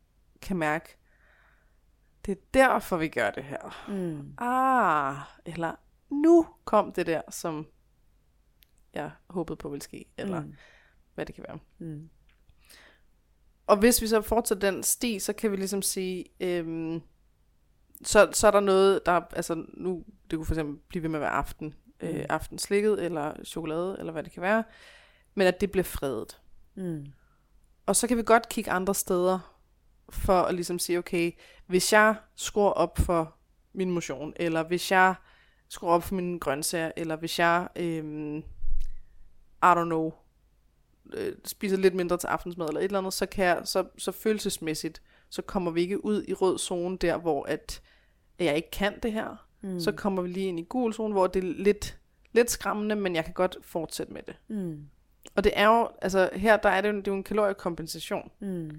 kan mærke, det er derfor, vi gør det her. Mm. Ah, eller nu kom det der, som jeg håbede på ville ske, eller mm. hvad det kan være. Mm. Og hvis vi så fortsætter den sti, så kan vi ligesom sige, øhm, så, så er der noget, der, altså nu, det kunne for eksempel blive ved med at være aften, mm. øh, aftenslikket, eller chokolade, eller hvad det kan være, men at det bliver fredet. Mm. Og så kan vi godt kigge andre steder, for at ligesom sige, okay, hvis jeg skruer op for min motion, eller hvis jeg skruer op for mine grøntsager, eller hvis jeg, øhm, I don't know, øh, spiser lidt mindre til aftensmad, eller et eller andet, så kan jeg, så, så følelsesmæssigt, så kommer vi ikke ud i rød zone, der hvor at, at jeg ikke kan det her. Mm. Så kommer vi lige ind i gul zone, hvor det er lidt, lidt skræmmende, men jeg kan godt fortsætte med det. Mm. Og det er jo, altså her, der er det jo, det er jo en kaloriekompensation. Mm.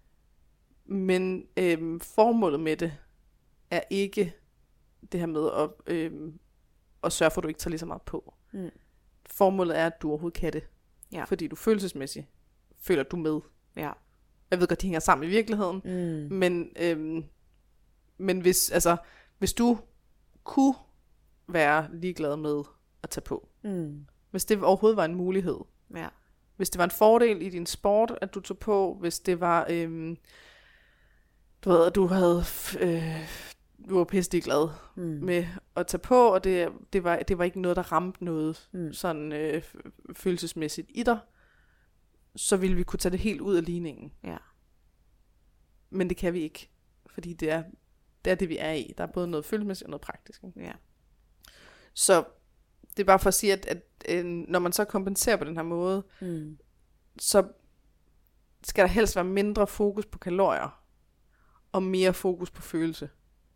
Men øhm, formålet med det er ikke det her med at, øhm, at sørge for, at du ikke tager lige så meget på. Mm. Formålet er, at du overhovedet kan det. Ja. Fordi du følelsesmæssigt føler du med. Ja. Jeg ved godt, de hænger sammen i virkeligheden. Mm. Men, øhm, men hvis, altså, hvis du kunne være ligeglad med at tage på. Mm. Hvis det overhovedet var en mulighed. Ja. Hvis det var en fordel i din sport, at du tog på. Hvis det var, øhm, du ved, at du havde, øh, du var pisselig glad mm. med at tage på, og det, det, var, det var ikke noget, der ramte noget mm. sådan øh, følelsesmæssigt i dig, så ville vi kunne tage det helt ud af ligningen. Ja. Men det kan vi ikke, fordi det er, det er det, vi er i. Der er både noget følelsesmæssigt og noget praktisk. Ja. Så det er bare for at sige, at, at, at når man så kompenserer på den her måde, mm. så skal der helst være mindre fokus på kalorier, og mere fokus på følelse.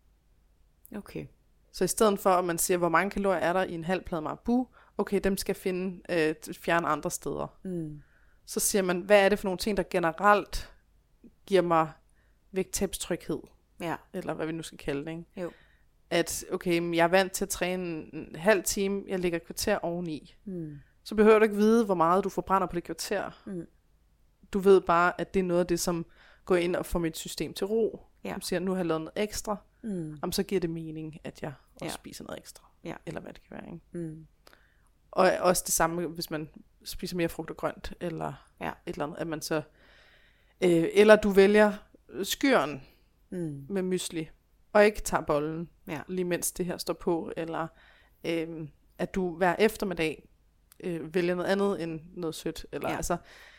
Okay. Så i stedet for, at man siger, hvor mange kalorier er der i en halv plade Marabu, okay, dem skal finde, øh, fjerne andre steder. Mm. Så siger man, hvad er det for nogle ting, der generelt giver mig vægttabstryghed? Ja. Eller hvad vi nu skal kalde det, ikke? Jo. At, okay, jeg er vant til at træne en halv time, jeg ligger et kvarter oveni. Mm. Så behøver du ikke vide, hvor meget du forbrænder på det kvarter. Mm. Du ved bare, at det er noget af det, som går ind og får mit system til ro. Ja. Som siger, nu har jeg lavet noget ekstra. Mm. Jamen, så giver det mening, at jeg også ja. spiser noget ekstra. Ja. Eller hvad det kan være, ikke? Mm. Og også det samme, hvis man spiser mere frugt og grønt, eller ja. et eller andet, at man så, øh, eller du vælger skyren mm. med mysli, og ikke tager bollen, ja. lige mens det her står på, eller øh, at du hver eftermiddag øh, vælger noget andet end noget sødt, eller ja. altså,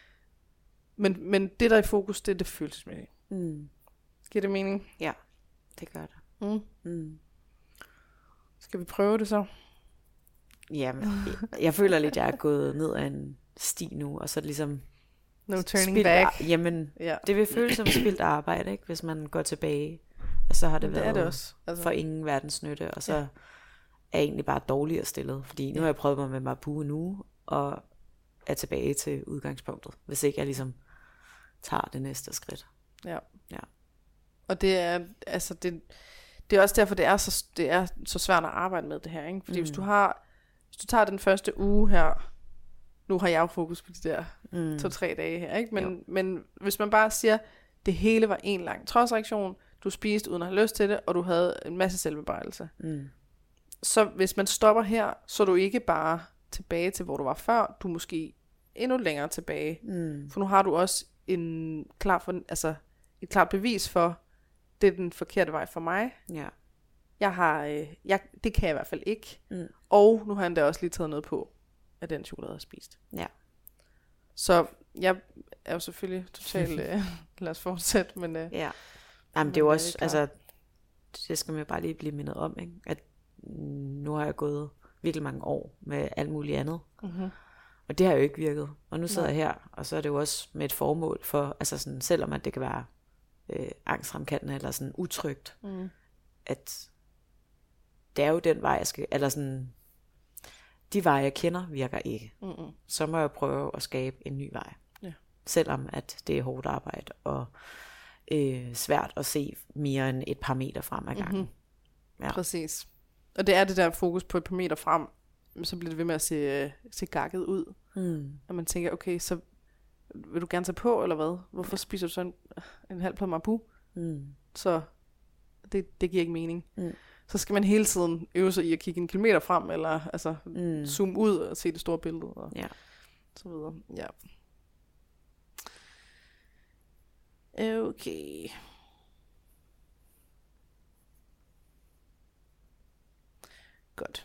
men, men det der er i fokus, det er det følelsesmæssige. Mm. Giver det mening? Ja, det gør det. Mm. Mm. Skal vi prøve det så? Jamen, jeg, jeg føler lidt, at jeg er gået ned ad en sti nu, og så er det ligesom no turning back. Ar- jamen, ja. det vil føles som spildt arbejde, ikke? Hvis man går tilbage. Og så har det, det været det også. Altså. For ingen verdens nytte, og så ja. er jeg egentlig bare dårligere stillet. Fordi nu ja. har jeg prøvet mig med Marabu nu, og er tilbage til udgangspunktet, hvis ikke jeg ligesom tager det næste skridt. Ja. Ja. Og det er, altså det, det er også derfor, det er så, det er så svært at arbejde med det her, ikke? Fordi mm. hvis du har, hvis du tager den første uge her, nu har jeg jo fokus på de der mm. to-tre dage her, ikke? Men, men hvis man bare siger, det hele var en lang trodsreaktion, du spiste uden at have lyst til det, og du havde en masse selvbebrejelse. Mm. Så hvis man stopper her, så er du ikke bare tilbage til, hvor du var før, du er måske endnu længere tilbage. Mm. For nu har du også en klar for, altså et klart bevis for, det er den forkerte vej for mig. Ja. Jeg har, øh, jeg, det kan jeg i hvert fald ikke. Mm. Og nu har han da også lige taget noget på, af den chokolade, jeg har spist. Ja. Så jeg er jo selvfølgelig totalt, øh, lad os fortsætte, men... Øh, ja. Jamen det er jo også, er altså, det skal man bare lige blive mindet om, ikke? At nu har jeg gået virkelig mange år med alt muligt andet. Mm-hmm. Og det har jo ikke virket. Og nu sidder Nej. jeg her, og så er det jo også med et formål for, altså sådan, selvom at det kan være øh, angstfremkaldende eller sådan utrygt, mm. at det er jo den vej, jeg skal, eller sådan, de veje, jeg kender, virker ikke. Mm-mm. Så må jeg prøve at skabe en ny vej. Ja. Selvom at det er hårdt arbejde, og øh, svært at se mere end et par meter frem ad gangen. Mm-hmm. Ja. Præcis. Og det er det der fokus på et par meter frem, så bliver det ved med at se, se gakket ud. Mm. Og man tænker, okay, så vil du gerne tage på, eller hvad? Hvorfor ja. spiser du så en, en halv plade Marabu? Mm. Så det, det giver ikke mening. Mm. Så skal man hele tiden øve sig i at kigge en kilometer frem, eller altså Mm. zoome ud og se det store billede, og Ja. så videre. Ja. Okay. Godt.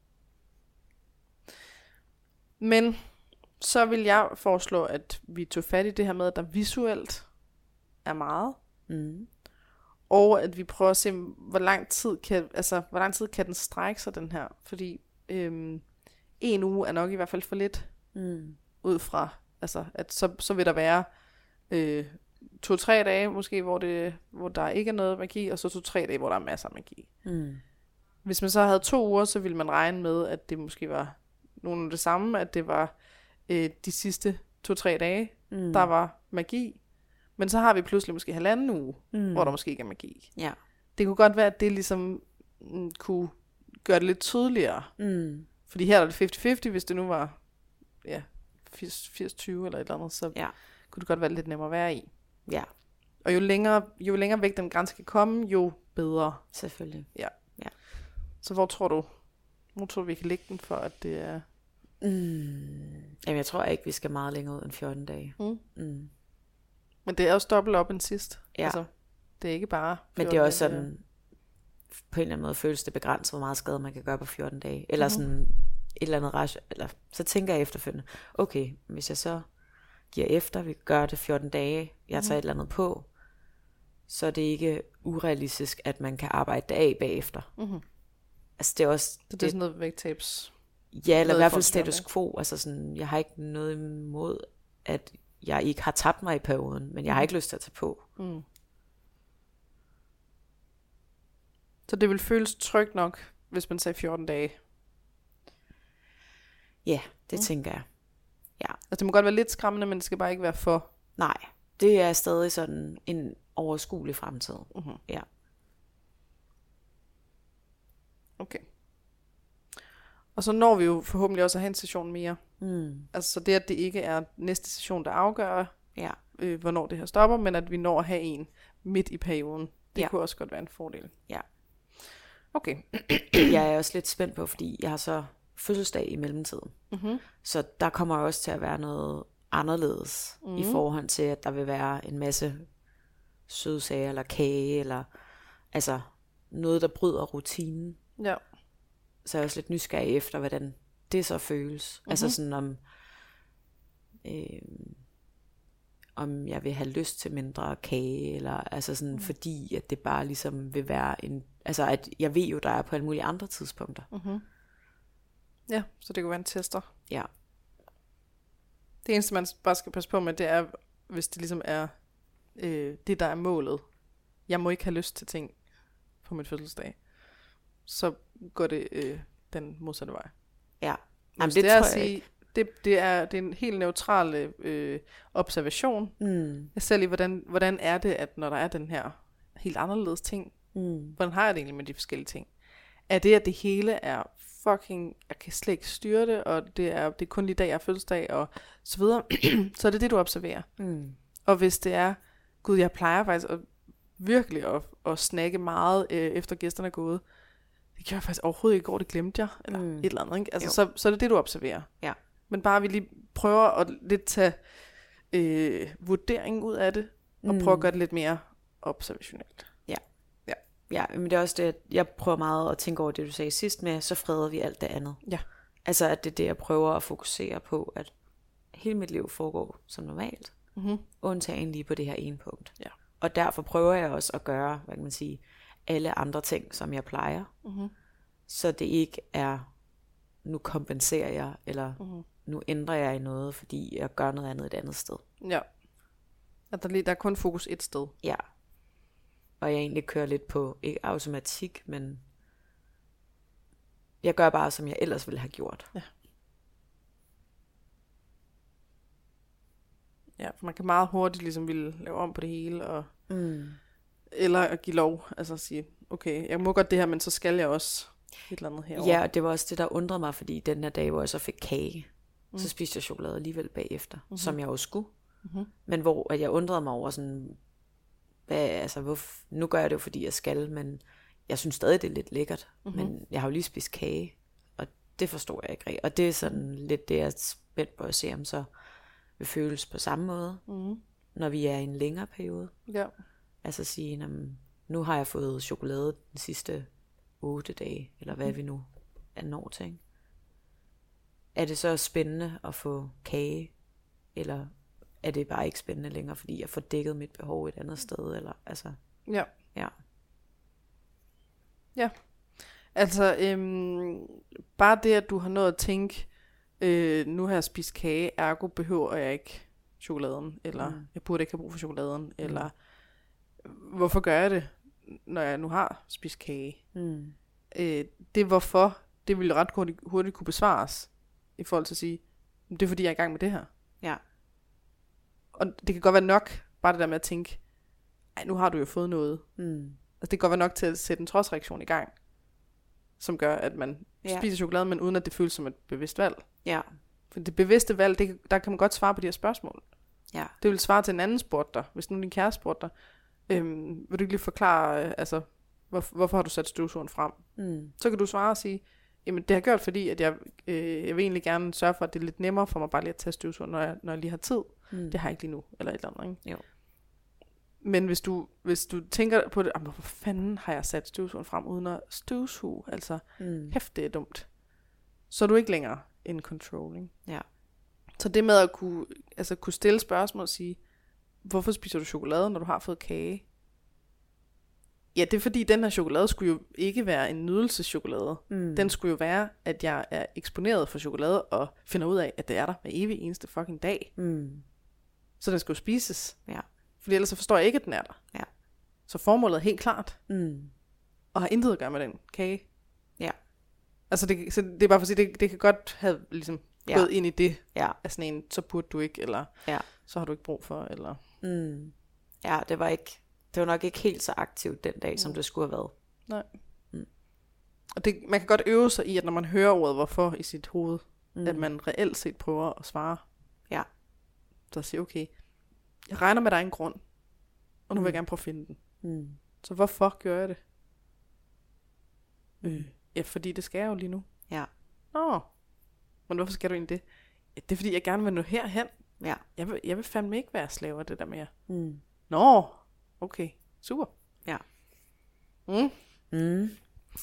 Men så vil jeg foreslå, at vi tog fat i det her med, at der visuelt er meget, Mm. og at vi prøver at se, hvor lang tid kan, altså, hvor lang tid kan den strække sig, den her. Fordi øhm, en uge er nok i hvert fald for lidt, Mm. ud fra, altså, at så, så vil der være øh, to-tre dage måske, hvor, det, hvor der ikke er noget magi, og så to-tre dage, hvor der er masser af magi. Mm. Hvis man så havde to uger, så ville man regne med, at det måske var nogle af det samme, at det var øh, de sidste to-tre dage, Mm. der var magi. Men så har vi pludselig måske halvanden uge, Mm. hvor der måske ikke er magi. Ja. Det kunne godt være, at det ligesom mm, kunne gøre det lidt tydeligere. Mm. Fordi her er det halvtreds halvtreds, hvis det nu var ja, firs tyve eller et eller andet, så Ja. kunne det godt være lidt nemmere at være i. Ja, Og jo længere, jo længere væk den grænse kan komme, jo bedre. selvfølgelig. Så hvor tror du, hvor tror du, vi kan lægge den for, at det er... Mm. Jamen, jeg tror ikke, vi skal meget længere ud end fjorten dage. Mm. Mm. Men det er også dobbelt op end sidst. Ja. Altså, det er ikke bare... Men det er også fjorten dage, sådan, på en eller anden måde føles det begrænset, hvor meget skade man kan gøre på fjorten dage. Eller Mhm. sådan et eller andet rash, eller så tænker jeg efterfølgende, okay, hvis jeg så giver efter, vi gør det fjorten dage, jeg tager Mhm. et eller andet på, så er det ikke urealistisk, at man kan arbejde det af bagefter. Mhm. Altså det er også, Så det er sådan noget vægttabs... ja, eller i noget hvert for fald en status fjorten quo, altså sådan, jeg har ikke noget imod, at jeg ikke har tabt mig i perioden, men jeg har ikke lyst til at tage på. Mm. Så det vil føles trygt nok, hvis man sagde fjorten dage. Ja, det Mm. mm. tænker jeg. Altså det må godt være lidt skræmmende, men det skal bare ikke være for... Nej, det er stadig sådan en overskuelig fremtid. Mhm. Ja. Okay. Og så når vi jo forhåbentlig også at have en session mere. Mm. Altså så det, at det ikke er næste session, der afgør, Ja. øh, hvornår det her stopper, men at vi når at have en midt i perioden. Det Ja. kunne også godt være en fordel. Ja. Okay. Jeg er også lidt spændt på, fordi jeg har så fødselsdag i mellemtiden. Mm-hmm. Så der kommer også til at være noget anderledes mm. i forhold til, at der vil være en masse sødsager eller kage, eller altså noget, der bryder rutinen. Ja. Så er jeg også lidt nysgerrig efter, hvordan det så føles. Mm-hmm. Altså sådan om, øh, om jeg vil have lyst til mindre kage, eller altså sådan mm. fordi, at det bare ligesom vil være en, altså at jeg ved jo, der er på alle mulige andre tidspunkter. Mm-hmm. Ja, så det kunne være en tester. Ja. Det eneste, man bare skal passe på med, det er, hvis det ligesom er øh, det, der er målet. Jeg må ikke have lyst til ting på min fødselsdag. Så går det øh, den modsatte vej. Ja. Men Jamen, det, det det er tror at jeg sige, det, det, er, det er en helt neutral øh, observation. Mm. Jeg ser lige, hvordan, hvordan er det, at når der er den her helt anderledes ting, Mm. hvordan har jeg det egentlig med de forskellige ting? Er det, at det hele er fucking, jeg kan slet ikke styre det, og det er, det er kun lige dag, jeg har fødselsdag, og så videre, så er det det, du observerer. Mm. Og hvis det er, gud, jeg plejer faktisk at virkelig at, at snakke meget, øh, efter gæsterne er gået, det gjorde jeg faktisk overhovedet ikke i går, det glemte jeg, eller Mm. et eller andet, ikke? Altså, Jo. så, så er det det, du observerer. Ja. Men bare vi lige prøver at lidt tage øh, vurderingen ud af det, og Mm. prøve at gøre det lidt mere observationelt. Ja, men det er også det, at jeg prøver meget at tænke over det, du sagde sidst med, så freder vi alt det andet. Ja. Altså, at det er det, jeg prøver at fokusere på, at hele mit liv foregår som normalt, Mm-hmm. undtagen lige på det her ene punkt. Ja. Og derfor prøver jeg også at gøre, hvad kan man sige, alle andre ting, som jeg plejer, Mm-hmm. så det ikke er, nu kompenserer jeg, eller Mm-hmm. nu ændrer jeg i noget, fordi jeg gør noget andet et andet sted. Ja. At der, lige, der er kun fokus et sted. Ja. Og jeg egentlig kører lidt på, ikke automatik, men jeg gør bare, som jeg ellers ville have gjort. Ja, for man kan meget hurtigt ligesom ville lave om på det hele, og, Mm. eller at give lov, altså at sige, okay, jeg må godt det her, men så skal jeg også et eller andet herovre. Ja, og det var også det, der undrede mig, fordi den her dag, hvor jeg så fik kage, mm. så spiste jeg chokolade alligevel bagefter, mm-hmm. som jeg jo skulle. Mm-hmm. Men hvor at jeg undrede mig over sådan, hvad, altså, hvorf, nu gør jeg det jo, fordi jeg skal, men jeg synes stadig, det er lidt lækkert. Mm-hmm. Men jeg har jo lige spist kage, og det forstår jeg ikke rigtig. Og det er sådan lidt det, jeg er spændt på at se, om så vil føles på samme måde, mm-hmm. når vi er i en længere periode. Ja. Altså sige, nu har jeg fået chokolade den sidste otte dage, eller hvad mm. vi nu er når til. Ikke? Er det så spændende at få kage, eller er det bare ikke spændende længere, fordi jeg får dækket mit behov et andet sted, eller altså. Ja. Ja. Ja. Altså, øhm, bare det, at du har nået at tænke, øh, nu har jeg spist kage, ergo behøver jeg ikke chokoladen, eller mm. jeg burde ikke have brug for chokoladen, mm. eller hvorfor gør jeg det, når jeg nu har spist kage? Mm. Øh, det hvorfor, det ville ret hurtigt, hurtigt kunne besvares, i forhold til at sige, det er fordi, jeg er i gang med det her. Ja. Og det kan godt være nok, bare det der med at tænke, ej, nu har du jo fået noget. Mm. Altså, det kan godt være nok til at sætte en trodsreaktion i gang, som gør, at man ja. spiser chokolade, men uden at det føles som et bevidst valg. Ja. For det bevidste valg, det, der kan man godt svare på de her spørgsmål. Ja. Det vil svare til en anden spurgte dig. Hvis nu din kæreste spurgte dig, øhm, vil du ikke lige forklare, øh, altså, hvor, hvorfor har du sat støvsugeren frem? Mm. Så kan du svare og sige, jamen det har jeg gjort, fordi at jeg, øh, jeg vil egentlig gerne sørge for, at det er lidt nemmere for mig bare lige at tage støvsugeren, når jeg, når jeg lige har tid. Mm. Det har jeg ikke lige nu, eller et eller andet, ikke? Jo. Men hvis du, hvis du tænker på det, hvorfor fanden har jeg sat støvsugeren frem uden at støvsuge? Altså, mm. hæft, det er dumt. Så er du ikke længere in control, ikke? Ja. Så det med at kunne, altså kunne stille spørgsmål og sige, hvorfor spiser du chokolade, når du har fået kage? Ja, det er fordi, den her chokolade skulle jo ikke være en nydelseschokolade. Mm. Den skulle jo være, at jeg er eksponeret for chokolade, og finder ud af, at det er der hver evig eneste fucking dag. Mm. Så den skal jo spises. Ja. Fordi ellers så forstår jeg ikke, at den er der. Ja. Så formålet er helt klart. Mm. Og har intet at gøre med den kage. Ja. Altså, det, så det er bare for at sige, det, det kan godt have ligesom ja. gået ind i det. Ja. Af sådan en, så burde du ikke, eller ja. så har du ikke brug for, eller... Mm. Ja, det var ikke... Det var nok ikke helt så aktivt den dag, mm. som det skulle have været. Nej. Mm. Og det, man kan godt øve sig i, at når man hører ordet hvorfor i sit hoved, mm. at man reelt set prøver at svare. Ja. Så siger okay, jeg regner med, der er en grund, og nu mm. vil jeg gerne prøve at finde den. Mm. Så hvorfor gør jeg det? Mm. Ja, fordi det skal jeg jo lige nu. Ja. Nå, men hvorfor skal du egentlig det? Ja, det er fordi, jeg gerne vil nå herhen. Ja. Jeg vil, jeg vil fandme ikke være slave af det der mere. Mm. Nå, okay, super. Ja. Mm. Mm.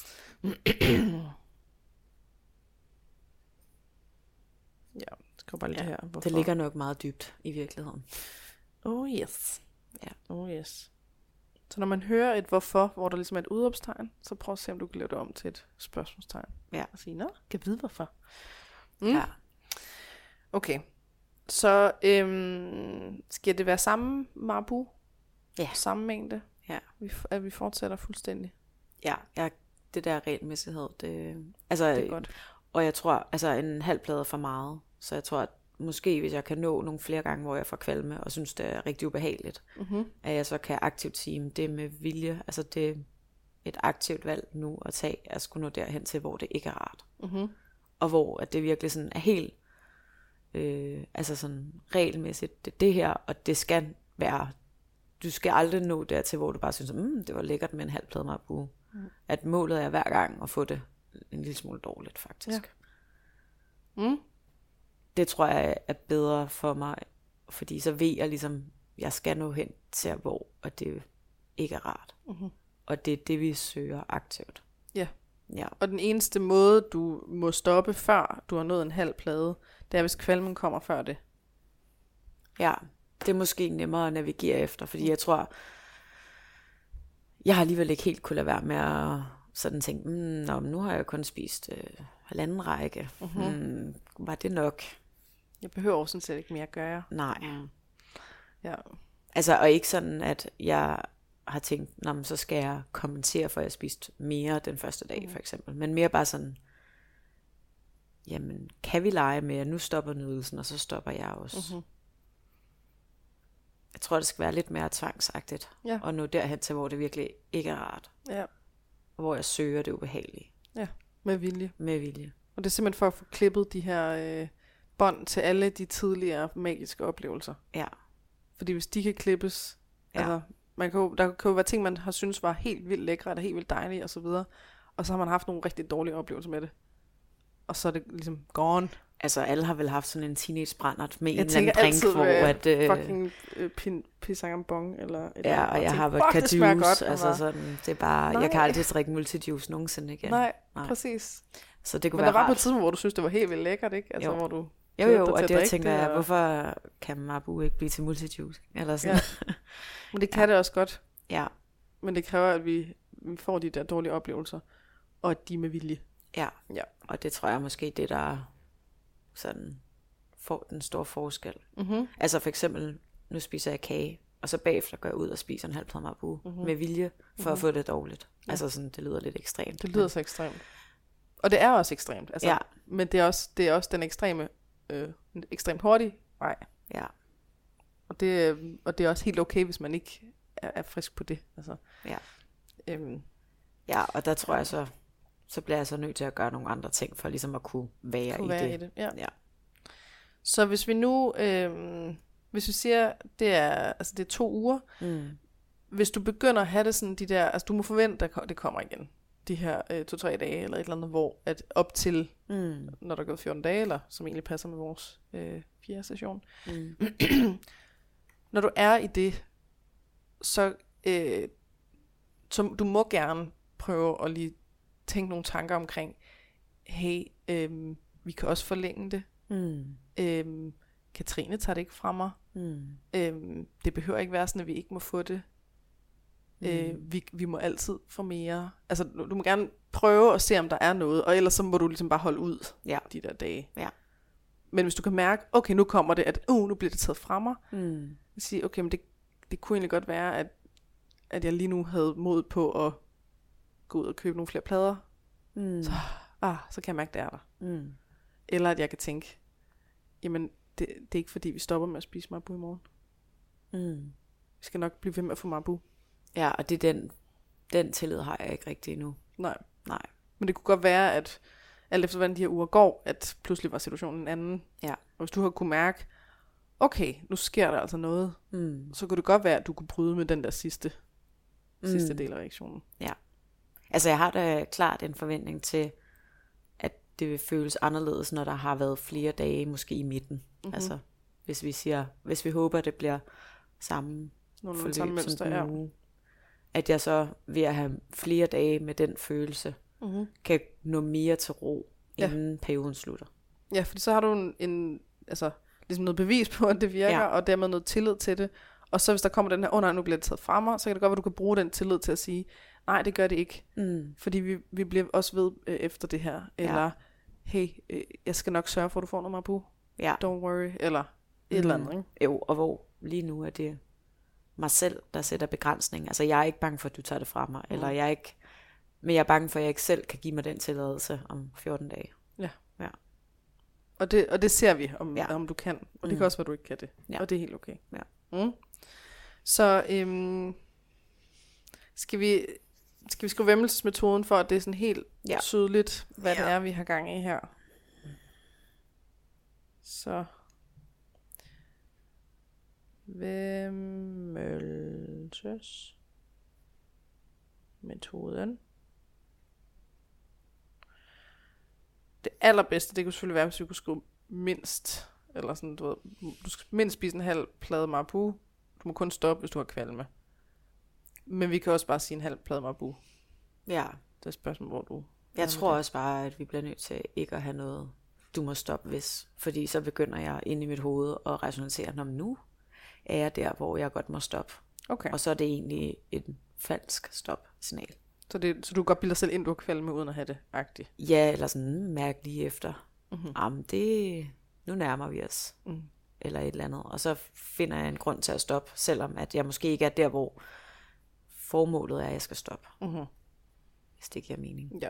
Ja, det skal bare lidt ja, her. Hvorfor? Det ligger nok meget dybt i virkeligheden. Oh yes. Ja. Oh yes. Så når man hører et hvorfor, hvor der ligesom er et udråbstegn, så prøv at se, om du kan lave det om til et spørgsmålstegn. Ja. Og sige, nå, kan vide hvorfor. Mm. Ja. Okay. Så øhm, skal det være samme marbu? Ja. Samme mængde? Ja. Vi, at vi fortsætter fuldstændig? Ja, ja, det der regelmæssighed, det, altså, det er godt. Og jeg tror, altså en halv plade er for meget, så jeg tror, at måske hvis jeg kan nå nogle flere gange, hvor jeg får kvalme, og synes, det er rigtig ubehageligt, mm-hmm. at jeg så kan aktivt sige, det med vilje, altså det er et aktivt valg nu at tage, at skulle nå derhen til, hvor det ikke er rart. Mm-hmm. Og hvor at det virkelig sådan er helt, øh, altså sådan regelmæssigt, det, det her, og det skal være, du skal aldrig nå dertil, hvor du bare synes, mm, det var lækkert med en halv plade marbu. Mm. At målet er hver gang at få det en lille smule dårligt, faktisk. Ja. Mm. Det tror jeg er bedre for mig, fordi så ved jeg ligesom, jeg skal nå hen til, hvor og det ikke er rart. Mm-hmm. Og det er det, vi søger aktivt. Ja. Ja. Og den eneste måde, du må stoppe, før du har nået en halv plade, det er, hvis kvalmen kommer før det. Ja, det er måske nemmere at navigere efter, fordi jeg tror, jeg har alligevel ikke helt kunne lade være med at sådan tænke, mm, nå, nu har jeg kun spist øh, halvanden række. Mm-hmm. Mm, var det nok? Jeg behøver sådan set ikke mere at gøre. Nej. Mm. Ja. Altså, og ikke sådan, at jeg har tænkt, nå, men så skal jeg kompensere for, at jeg spiste mere den første dag, mm. for eksempel. Men mere bare sådan, jamen, kan vi lege med, at nu stopper nydelsen, og så stopper jeg også. Mm-hmm. Jeg tror, det skal være lidt mere tvangsagtigt, ja. Og nå derhen til, hvor det virkelig ikke er rart. Ja. Og hvor jeg søger det ubehagelige. Ja, med vilje. Med vilje. Og det er simpelthen for at få klippet de her øh, bånd til alle de tidligere magiske oplevelser. Ja. Fordi hvis de kan klippes, ja. Altså man kan jo, der kan jo være ting, man har synes var helt vildt lækre, eller helt vildt dejlige, og så videre. Og så har man haft nogle rigtig dårlige oplevelser med det. Og så er det ligesom gone. Altså, alle har vel haft sådan en teenage-brændert med jeg en eller anden drink, hvor at... Øh, fucking øh, pin, pisangambong, eller... eller ja, og jeg har været juice, altså sådan, det er bare... Nej. Jeg kan aldrig drikke multijuice nogensinde igen. Nej, Nej. præcis. Så det kunne Men være der var rart. på et tidspunkt, hvor du synes, det var helt vildt lækkert, ikke? Altså, jo. hvor du... Jo, jo, og det tænker jeg, hvorfor kan Marabu ikke blive til multijuice? Eller sådan. Ja. Men det kan ja. det også godt. Ja. Men det kræver, at vi, vi får de der dårlige oplevelser, og at de er med vilje. Ja. ja, og det tror jeg måske det, der sådan får den store forskel. Mm-hmm. Altså for eksempel, nu spiser jeg kage, og så bagefter går jeg ud og spiser en halv plade Marabu mm-hmm. med vilje, for mm-hmm. at få det dårligt. Ja. Altså sådan, det lyder lidt ekstremt. Det lyder men... så ekstremt. Og det er også ekstremt. Altså, ja. Men det er også, det er også den ekstreme, øh, ekstremt hurtige vej. Ja. Og det, og det er også helt okay, hvis man ikke er, er frisk på det. Altså, ja. Øhm, ja, og der tror jeg så, så bliver jeg så nødt til at gøre nogle andre ting, for ligesom at kunne være, kunne i, være det. i det. Ja. Ja. Så hvis vi nu, øh, hvis vi siger, det er, altså det er to uger, mm. hvis du begynder at have det sådan, de der, altså du må forvente, at det kommer igen, de her øh, to-tre dage, eller et eller andet, hvor at op til, mm. når der er gået fjorten dage, eller som egentlig passer med vores øh, fjerde session, mm. når du er i det, så, øh, så du må gerne prøve at lige tænke nogle tanker omkring, hey, øh, vi kan også forlænge det. Mm. Øhm, Katrine tager det ikke fra mig. Mm. Øhm, det behøver ikke være sådan, at vi ikke må få det. Mm. Øh, vi, vi må altid få mere. Altså, du, du må gerne prøve at se, om der er noget, og ellers så må du ligesom bare holde ud ja. de der dage. Ja. Men hvis du kan mærke, okay, nu kommer det, at uh, nu bliver det taget fra mig, mm. sige, okay, men det, det kunne egentlig godt være, at, at jeg lige nu havde mod på at gå ud og købe nogle flere plader. Mm. Så, ah, så kan jeg mærke, det er der. Mm. Eller at jeg kan tænke, jamen, det, det er ikke fordi, vi stopper med at spise Marabu i morgen. Mm. Vi skal nok blive ved med at få Marabu. Ja, og det er den, den tillid har jeg ikke rigtig endnu. Nej. Nej. Men det kunne godt være, at alt efter hvordan de her uger går, at pludselig var situationen en anden. Ja. Og hvis du har kunne mærke, okay, nu sker der altså noget, mm. så kunne det godt være, at du kunne bryde med den der sidste, mm. sidste del af reaktionen. Ja. Altså jeg har da klart en forventning til, det vil føles anderledes, når der har været flere dage, måske i midten. Mm-hmm. Altså, hvis vi siger, hvis vi håber, det bliver samme Nogle forløb samme mønster, som den ja. uge, at jeg så ved at have flere dage med den følelse, mm-hmm. kan nå mere til ro, inden ja. perioden slutter. Ja, fordi så har du en, en altså, ligesom noget bevis på, at det virker, ja. Og dermed noget tillid til det. Og så hvis der kommer den her, åh oh, nej, nu bliver det taget fra mig, så kan det godt være, at du kan bruge den tillid til at sige, nej, det gør det ikke. Mm. Fordi vi, vi bliver også ved øh, efter det her. Eller, ja. hey, øh, jeg skal nok sørge for, at du får noget Marabu. Ja. Don't worry. Eller et mm. eller andet, ikke? Jo, og hvor lige nu er det mig selv, der sætter begrænsning. Altså, jeg er ikke bange for, at du tager det fra mig. Mm. Eller jeg er ikke, men jeg er bange for, at jeg ikke selv kan give mig den tilladelse om fjorten dage. Ja. Ja. Og det, og det ser vi, om, ja. om du kan. Og det mm. kan også være, du ikke kan det. Ja. Og det er helt okay. Ja. Mm. Så øhm, skal vi... Skal vi skrive væmmelsesmetoden for, at det er sådan helt ja. tydeligt, hvad ja. det er, vi har gang i her. Så. Væmmelsesmetoden. Det allerbedste, det kunne selvfølgelig være, hvis vi kunne skrive mindst, eller sådan, du ved, du skal mindst spise en halv plade Marabu. Du må kun stoppe, hvis du har kvalme. Men vi kan også bare sige en halv plade Marabu. Ja. Det er et spørgsmål, hvor du... Jeg tror også bare, at vi bliver nødt til ikke at have noget, du må stoppe hvis. Fordi så begynder jeg inde i mit hoved at rationalisere, når nu er jeg der, hvor jeg godt må stoppe. Okay. Og så er det egentlig en falsk stop-signal. Så, det, så du godt bilder selv ind, du har kvalme, uden at have det agtigt? Ja, eller sådan mærke lige efter. Mm-hmm. Jamen, det... Nu nærmer vi os. Mm. Eller et eller andet. Og så finder jeg en grund til at stoppe, selvom at jeg måske ikke er der, hvor formålet er, at jeg skal stoppe. Mm-hmm. Hvis det giver mening. Ja.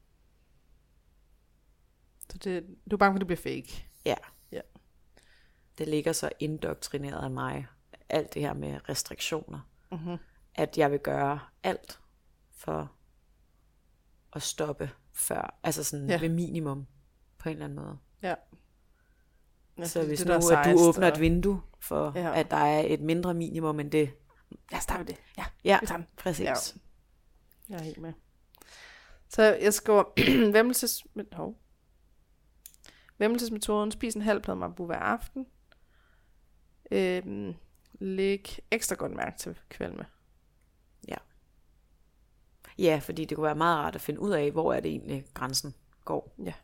Så det, du er bange for, at det bliver fake? Ja. Ja. Det ligger så indoktrineret af mig, alt det her med restriktioner, mm-hmm. at jeg vil gøre alt for at stoppe før, altså sådan ja. ved minimum, på en eller anden måde. Ja. Ja, så hvis det, nu, at du åbner og... et vindue, for ja. at der er et mindre minimum end det, Ja, så tager vi det. Ja, Ja, vi tager den. præcis. Ja. Jeg er helt med. Så jeg skriver, væmmelses... Hov. Væmmelsesmetoden. Spis en halv plade Marabou hver aften. Øhm, læg ekstra godt mærke til kvalme. Ja. Ja, fordi det kunne være meget rart at finde ud af, hvor er det egentlig grænsen går. Ja.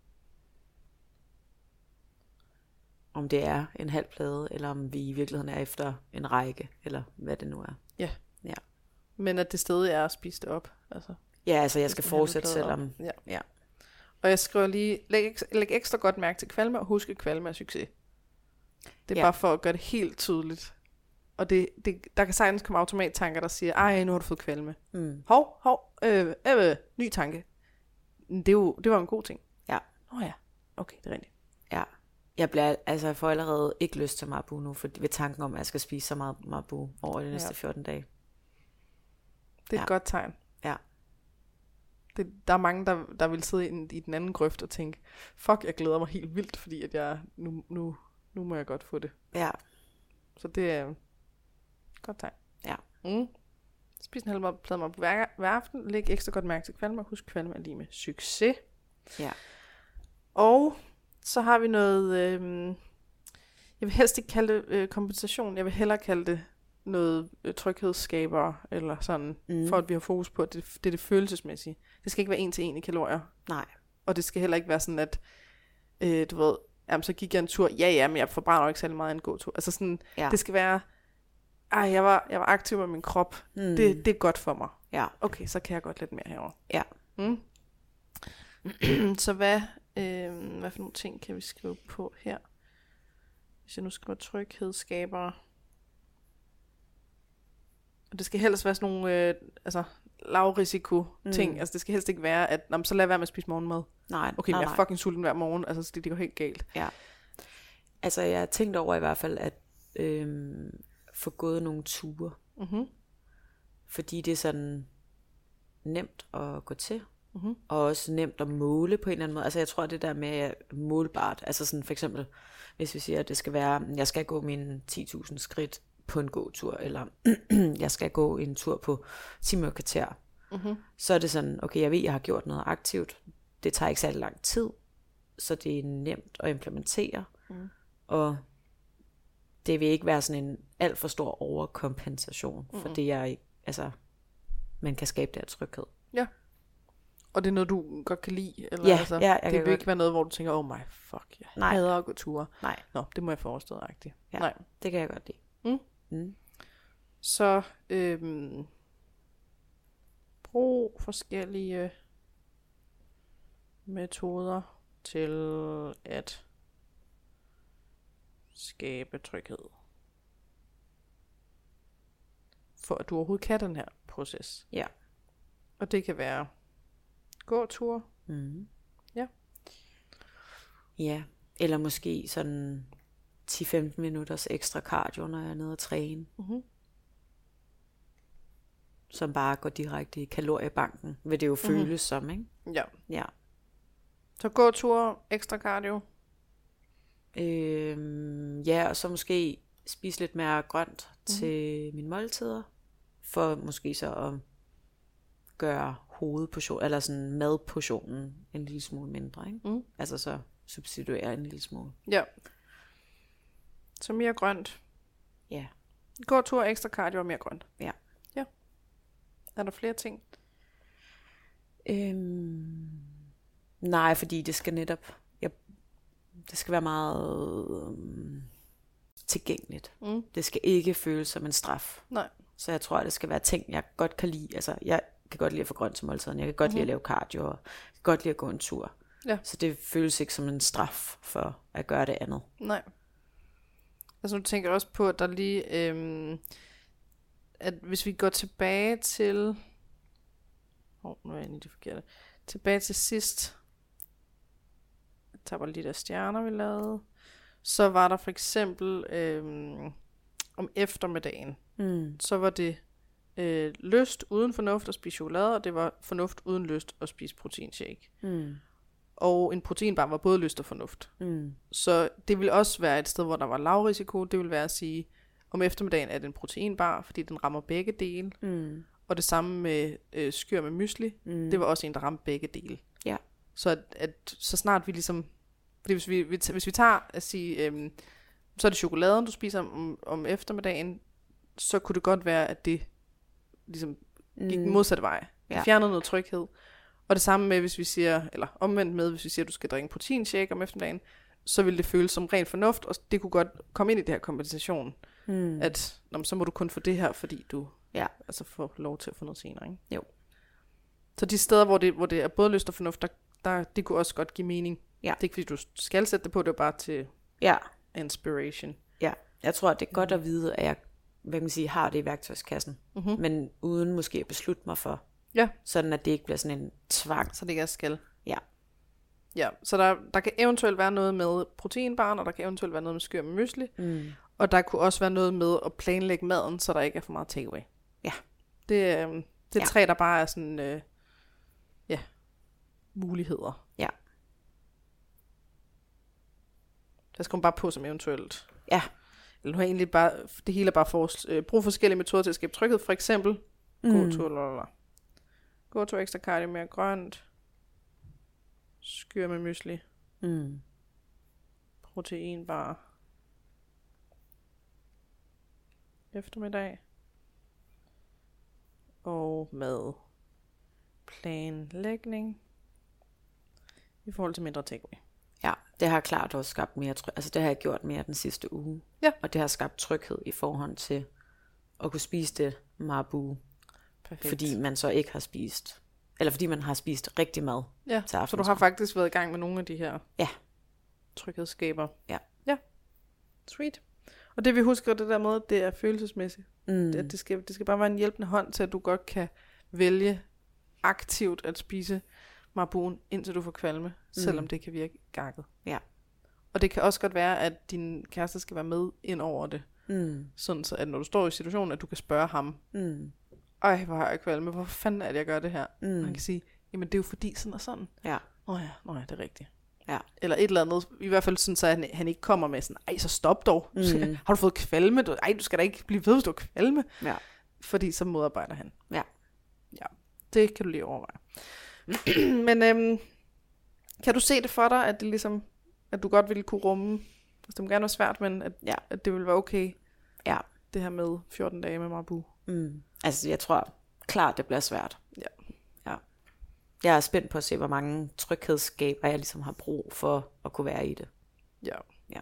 Om det er en halv plade, eller om vi i virkeligheden er efter en række, eller hvad det nu er. Ja. Ja. Men at det stadig er at spise det op. Altså, Ja, altså jeg skal en halv fortsætte plade selvom... op. Ja. Ja. Og jeg skriver lige, læg, eks- læg ekstra godt mærke til kvalme, og husk at kvalme er succes. Det er Ja. bare for at gøre det helt tydeligt. Og det, det, der kan sagtens komme automattanker, der siger, ej, nu har du fået kvalme. Mm. Hov, hov, øh, øh, ny tanke. Det, er jo, det var en god ting. Ja. Åh oh, ja, okay, det er rigtigt. Ja. Jeg bliver, altså jeg får allerede ikke lyst til Marabou nu, for ved tanken om, at jeg skal spise så meget Marabou over de næste Ja. fjorten dage. Det er Ja. et godt tegn. Ja. Det, der er mange, der, der vil sidde i, i den anden grøft og tænke, fuck, jeg glæder mig helt vildt, fordi at jeg, nu, nu, nu må jeg godt få det. Ja. Så det er et godt tegn. Ja. Mm. Spis en halv plade Marabou hver, hver aften. Læg ekstra godt mærke til kvalme, og husk kvalme er lige med succes. Ja. Og så har vi noget, øh, jeg vil helst ikke kalde det øh, kompensation, jeg vil hellere kalde det noget øh, tryghedsskaber, eller sådan, Mm. for at vi har fokus på, at det, det er det følelsesmæssige. Det skal ikke være en til en i kalorier, Nej. og det skal heller ikke være sådan, at, øh, du ved, jamen, så gik jeg en tur, ja ja, men jeg forbrænder ikke særlig meget af en gåtur. Altså sådan, Ja. det skal være, ej, jeg var, jeg var aktiv med min krop, Mm. det, det er godt for mig. Ja. Okay, så kan jeg godt lidt mere herover. Ja. Mm. Så hvad, øh, hvad for nogle ting kan vi skrive på her? Hvis jeg nu skriver tryghedsskabere. Og det skal helst være sådan nogle øh, altså, lavrisiko ting. Mm. Altså det skal helst ikke være, at nå, så lad være med at spise morgenmad. Nej. Okay, nej, men jeg er nej. fucking sulten hver morgen. Altså det, det går helt galt. Ja. Altså jeg har tænkt over i hvert fald, at øhm, få gået nogle ture. Mhm. Fordi det er sådan nemt at gå til. Mhm. Og også nemt at måle på en eller anden måde. Altså jeg tror, det der med målbart. Altså sådan for eksempel, hvis vi siger, at det skal være, jeg skal gå mine ti tusind skridt på en gåtur, eller jeg skal gå en tur på ti minutter kvarter. Mhm. Så er det sådan, okay, jeg ved, jeg har gjort noget aktivt. Det tager ikke særlig lang tid, så det er nemt at implementere. Mm. Og det vil ikke være sådan en alt for stor overkompensation, for Mm-mm. det er ikke, altså, man kan skabe det her tryghed. Og det er noget, du godt kan lide? Eller, Ja, altså, ja, jeg det kan vil godt. ikke være noget, hvor du tænker, oh my fuck, jeg Nej. hader at gå ture. Nej, Nå, det må jeg forestå-agtigt. Ja. Nej. det kan jeg godt lide. Mm. Mm. Så øhm, brug forskellige metoder til at skabe tryghed. For at du overhovedet kan den her proces. Ja. Og det kan være gåtur. Mm. Ja. Ja, eller måske sådan ti til femten minutters ekstra cardio, når jeg er nede at træne, Mm-hmm. som bare går direkte i kaloriebanken, vil det jo føles mm-hmm. som, ikke? Ja. Ja. Så gåtur, ekstra cardio. Øhm, ja, og så måske spise lidt mere grønt mm-hmm. til mine måltider, for måske så at gøre hovedportion, eller sådan madportionen en lille smule mindre, ikke? Mm. Altså så substituere en lille smule. Ja. Så mere grønt. Ja. Gåtur, ekstra cardio og mere grønt. Ja. Ja. Er der flere ting? Øhm, nej, fordi det skal netop, jeg, det skal være meget øhm, tilgængeligt. Mm. Det skal ikke føles som en straf. Nej. Så jeg tror, at det skal være ting, jeg godt kan lide. Altså, jeg kan godt lide at få grønt til måltiden. Jeg kan godt mm-hmm. lide at lave cardio, og jeg kan godt lide at gå en tur. Ja. Så det føles ikke som en straf for at gøre det andet. Nej. Altså nu tænker jeg også på, at der lige, øhm, at hvis vi går tilbage til, åh, oh, nu er jeg inde i det forkerte, tilbage til sidst, jeg tager bare lige de der stjerner, vi lavede, så var der for eksempel, øhm, om eftermiddagen, Mm. så var det øh, lyst uden fornuft at spise chokolade, og det var fornuft uden lyst at spise proteinshake. Mm. Og en proteinbar var både lyst og fornuft. Mm. Så det ville også være et sted, hvor der var lav risiko. Det ville være at sige, Om eftermiddagen er det en proteinbar, fordi den rammer begge dele. Mm. Og det samme med øh, skyr med mysli. Mm. Det var også en, der ramte begge dele. Ja. Så at, at så snart vi ligesom... Fordi hvis vi, hvis vi tager at sige... Øhm, så er det chokoladen, du spiser om, om eftermiddagen, så kunne det godt være, at det ligesom gik den modsatte vej. Det Ja. fjernede noget tryghed. Og det samme med, hvis vi siger, eller omvendt med, hvis vi siger, at du skal drikke proteinshake om eftermiddagen, så vil det føles som ren fornuft, og det kunne godt komme ind i det her kompensation. Mm. At nå, så må du kun få det her, fordi du Ja. altså får lov til at få noget senere. Ikke? Jo. Så de steder, hvor det, hvor det er både lyst og fornuft, der, der, det kunne også godt give mening. Ja. Det er ikke, fordi du skal sætte det på, det er bare til Ja. inspiration. Ja. Jeg tror, det er godt at vide, at jeg hvad kan man sige, har det i værktøjskassen, Mm-hmm. men uden måske at beslutte mig for, Ja. sådan at det ikke bliver sådan en tvang. Så det ikke er skal. Ja. Ja, så der, der kan eventuelt være noget med proteinbarn, og der kan eventuelt være noget med skyr med mysli. Mm. Og der kunne også være noget med at planlægge maden, så der ikke er for meget takeaway. Ja. Det, øh, det er Ja. tre, der bare er sådan, øh, ja, muligheder. Ja. Der skal man bare på som eventuelt. Ja. Eller nu har jeg egentlig bare, det hele er bare for, øh, brug forskellige metoder til at skabe tryghed. For eksempel, Mm. gåtur, lalala. Gåtur ekstra cardio, mere grønt. Skyr med mysli. Mm. Proteinbar. Eftermiddag. Og med planlægning. I forhold til mindre takeaway. Ja, det har klart også skabt mere tryg. Altså det har jeg gjort mere den sidste uge. Ja. Og det har skabt tryghed i forhold til at kunne spise det marabu. Perfekt. Fordi man så ikke har spist, eller fordi man har spist rigtig mad ja, til så du aftensmad. har faktisk været i gang med nogle af de her Ja. tryghedsskaber. Ja. Ja. Sweet. Og det vi husker det der med, det er følelsesmæssigt. Mm. Det, det, skal, det skal bare være en hjælpende hånd til, at du godt kan vælge aktivt at spise marabuen, indtil du får kvalme, mm. selvom det kan virke gakket. Ja. Og det kan også godt være, at din kæreste skal være med ind over det. Mm. Sådan så, at når du står i situationen, at du kan spørge ham, Mm. ej, hvor har jeg kvalme, hvor fanden er det, jeg gør det her? Mm. Og han kan sige, jamen det er jo fordi sådan og sådan. Ja. Nå ja, nå ja, det er rigtigt. Ja. Eller et eller andet, i hvert fald sådan, så han, han ikke kommer med sådan, ej, så stop dog. Mm. Har du fået kvalme? Du, ej, du skal da ikke blive ved, hvis du har kvalme. Ja. Fordi så modarbejder han. Ja. Ja, det kan du lige overveje. Men øhm, kan du se det for dig, at det ligesom, at du godt ville kunne rumme, altså det må gerne være svært, men at, Ja. at det ville være okay, Ja. det her med fjorten dage med marabu? Mm. Altså jeg tror klart, det bliver svært. Ja. Ja. Jeg er spændt på at se, hvor mange tryghedsskaber jeg ligesom har brug for at kunne være i det. Ja. Ja.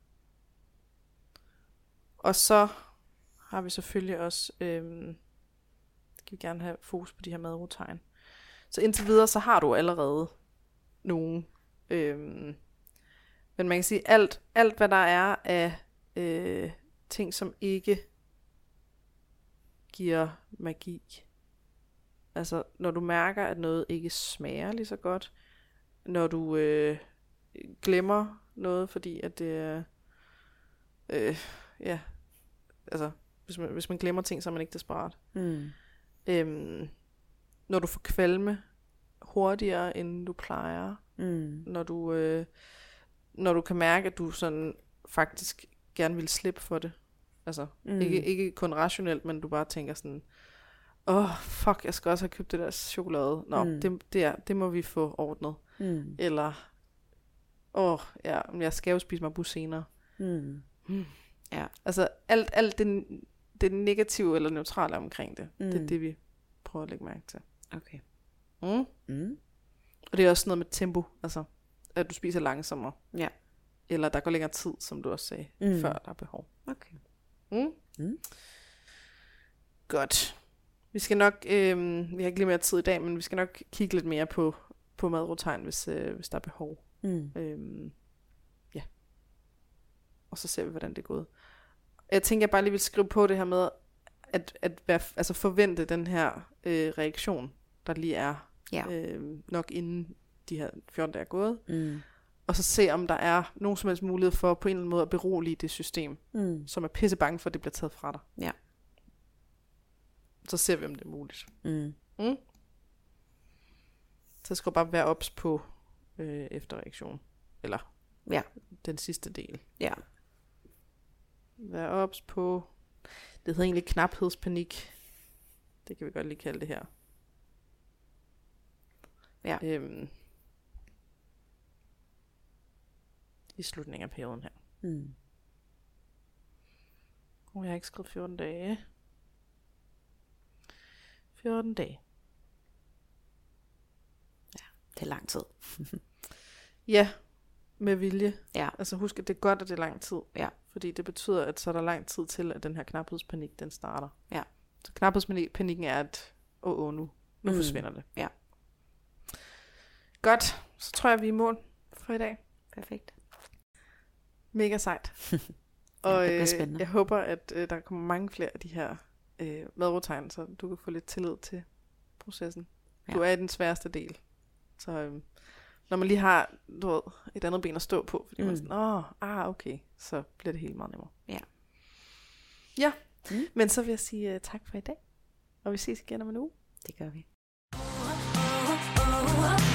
Og så har vi selvfølgelig også, øhm, skal vi gerne have fokus på de her madrotegn. Så indtil videre, så har du allerede nogle, øhm, men man kan sige, alt, alt hvad der er af øh, ting, som ikke giver magi. Altså, når du mærker, at noget ikke smager lige så godt, når du øh, glemmer noget, fordi at det er, øh, ja, altså, hvis man, hvis man glemmer ting, så er man ikke desperat. Mm. Øhm, når du får kvalme hurtigere, end du plejer, Mm. når du, øh, når du kan mærke, at du sådan faktisk gerne vil slippe for det. Altså, Mm. ikke, ikke kun rationelt, men du bare tænker sådan, åh, oh, fuck, jeg skal også have købt det der chokolade. Nå, Mm. det, det, er, det må vi få ordnet. Mm. Eller, åh, oh, ja, men jeg skal jo spise marabu senere. Mm. Mm. Ja. Altså, alt, alt det, det negative eller neutrale omkring det, mm. det er Mm. det, vi prøver at lægge mærke til. Okay. Mm. Mm. Og det er også noget med tempo, altså, at du spiser langsommere. Ja. Eller der går længere tid, som du også sagde, Mm. mm. før der er behov. Okay. Mm. Mm. Godt. Vi skal nok, øh, vi har ikke lige mere tid i dag, men vi skal nok kigge lidt mere på, på madrotegn, hvis, øh, hvis der er behov. Mm. Øh, ja. Og så ser vi, hvordan det er gået. Jeg tænker, jeg bare lige vil skrive på det her med, at, at være, altså forvente den her øh, reaktion, der lige er, Ja. øh, nok inden de her fjorten dage er gået. Mm. Og så se, om der er nogen som helst mulighed for på en eller anden måde at berolige det system, Mm. som er pisse bange for, at det bliver taget fra dig. Ja. Så ser vi, om det er muligt. Mm. Mm. Så skal du bare være ops på øh, efterreaktion. Eller Ja. den sidste del. Ja. Vær ops på Det hedder egentlig knaphedspanik. Det kan vi godt lige kalde det her. Ja. Øhm, I slutningen af perioden her. Mm. Og jeg har ikke skrevet fjorten dage. fjorten dage. Ja, det er lang tid. Ja, med vilje. Ja. Altså husk, at det er godt, at det er lang tid. Ja. Fordi det betyder, at så er der lang tid til, at den her knaphedspanik, den starter. Ja. Så knaphedspanikken er, at åh, åh, nu, nu mm. forsvinder det. Ja. Godt, så tror jeg, vi er i mål for i dag. Perfekt. Mega sejt. Ja, Og det bliver øh, spændende. jeg håber, at øh, der kommer mange flere af de her øh, madrotegn, så du kan få lidt tillid til processen. Ja. Du er i den sværeste del. Så øh, når man lige har du ved, et andet ben at stå på, fordi mm. man er sådan, åh, ah, okay, så bliver det helt meget nemmere. Ja. Ja, mm. men så vil jeg sige uh, tak for i dag. Og vi ses igen om en uge. Det gør vi. Oh, oh, oh, oh.